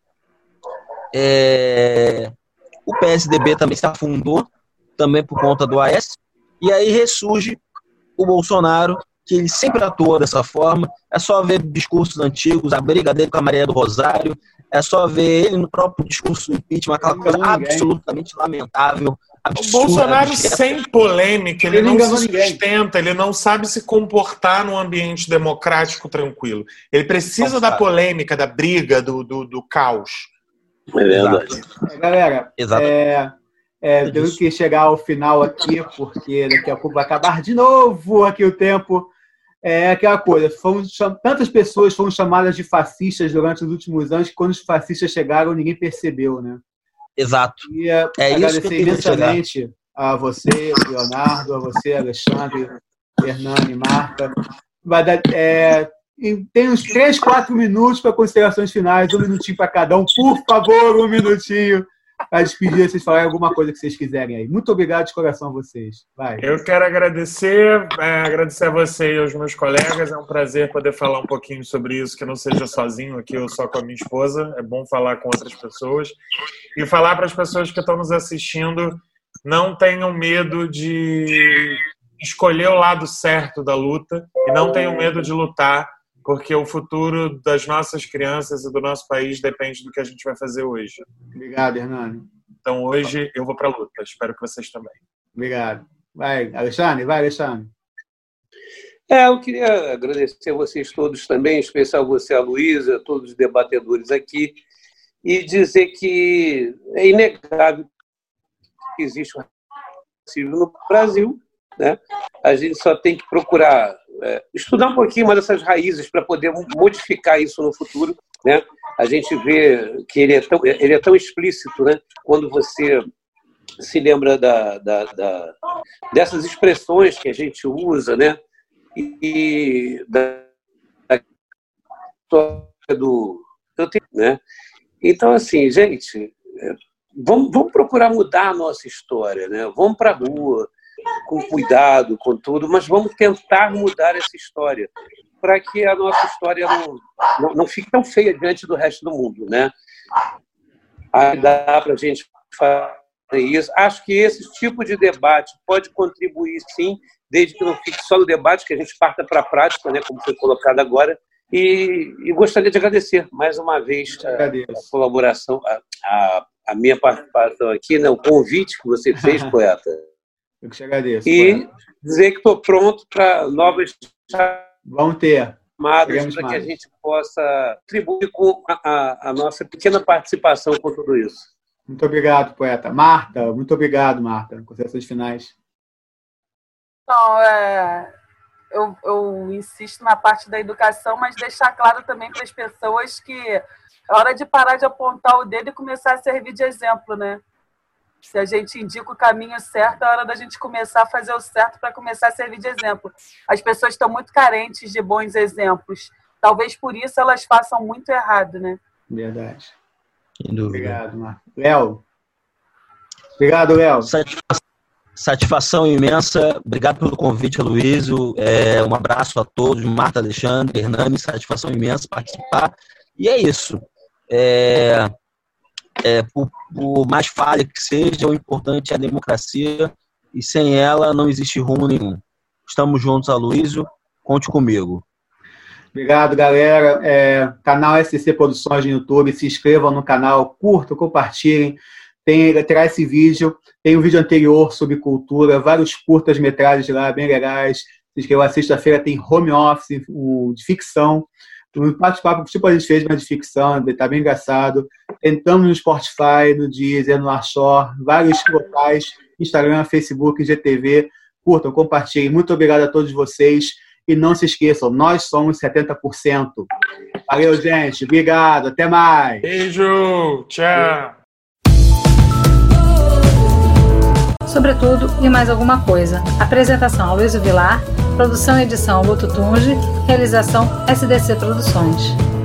o PSDB também se afundou, também por conta do AS, e aí ressurge o Bolsonaro, que ele sempre atuou dessa forma. É só ver discursos antigos, a briga dele com a Maria do Rosário, é só ver ele no próprio discurso do impeachment, aquela coisa absolutamente lamentável. O Bolsonaro, sem polêmica, ele não se sustenta, ele não sabe se comportar num ambiente democrático tranquilo. Ele precisa da polêmica, da briga, do caos. É verdade. Galera, temos que chegar ao final aqui, porque daqui a pouco vai acabar de novo aqui o tempo. É aquela coisa, tantas pessoas foram chamadas de fascistas durante os últimos anos que quando os fascistas chegaram, ninguém percebeu, né? Exato. Queria agradecer imensamente a você, Leonardo, a você, Alexandre, Hernani, Marta. Tem uns 3, 4 minutos para considerações finais, 1 minutinho para cada um. Por favor, 1 minutinho para despedir, vocês falarem alguma coisa que vocês quiserem aí. Muito obrigado de coração a vocês. Vai. Eu quero agradecer a você e aos meus colegas. É um prazer poder falar um pouquinho sobre isso, que não seja sozinho aqui ou só com a minha esposa. É bom falar com outras pessoas. E falar para as pessoas que estão nos assistindo, não tenham medo de escolher o lado certo da luta e não tenham medo de lutar, porque o futuro das nossas crianças e do nosso país depende do que a gente vai fazer hoje. Obrigado, Hernani. Então, hoje eu vou para a luta. Espero que vocês também. Obrigado. Vai, Alexandre. Eu queria agradecer a vocês todos também, em especial você, a Luísa, todos os debatedores aqui. e dizer que é inegável que existe um racismo no Brasil, né? A gente só tem que procurar estudar um pouquinho mais dessas raízes para poder modificar isso no futuro, né? A gente vê que ele é tão explícito, né? Quando você se lembra dessas expressões que a gente usa, né? E né? Então, assim, gente, vamos procurar mudar a nossa história, né? Vamos para a rua, com cuidado, com tudo, mas vamos tentar mudar essa história para que a nossa história não fique tão feia diante do resto do mundo, né? Aí dá para a gente fazer isso. Acho que esse tipo de debate pode contribuir, sim, desde que não fique só no debate, que a gente parta para a prática, né, como foi colocado agora. E gostaria de agradecer mais uma vez a colaboração, a minha participação aqui, né, o convite que você fez, poeta. Eu que te agradeço. E dizer que estou pronto para novas chamadas para que a gente possa contribuir com a nossa pequena participação com tudo isso. Muito obrigado, poeta. Marta, muito obrigado, Marta. Considerações finais. Não, eu insisto na parte da educação, mas deixar claro também para as pessoas que é hora de parar de apontar o dedo e começar a servir de exemplo, né? Se a gente indica o caminho certo, é hora da gente começar a fazer o certo para começar a servir de exemplo. As pessoas estão muito carentes de bons exemplos. Talvez por isso elas façam muito errado, né? Verdade. Obrigado, Marco. Léo. Obrigado, Léo. Satisfação imensa. Obrigado pelo convite, Aloysio. Um abraço a todos. Marta, Alexandre, Hernani. Satisfação imensa participar. E é isso. Por mais falha que seja, o importante é a democracia e sem ela não existe rumo nenhum. Estamos juntos, Aloysio. Conte comigo. Obrigado, galera. Canal SCC Produções no YouTube. Se inscrevam no canal, curtam, compartilhem. Terá esse vídeo. Tem um vídeo anterior sobre cultura, vários curtas-metragens lá, bem legais. Se inscrevam. Sexta-feira tem Home Office, de ficção. Um bate-papo tipo a gente fez, mas de ficção, tá bem engraçado. Entramos no Spotify, no Deezer, no Arshore, vários locais, Instagram, Facebook, GTV. Curtam, compartilhem. Muito obrigado a todos vocês. E não se esqueçam, nós somos 70%. Valeu, gente. Obrigado. Até mais. Beijo. Tchau. Sobretudo e mais alguma coisa. Apresentação: Aloysio Vilar. Produção e edição: Luto Tunge. Realização: SDC Produções.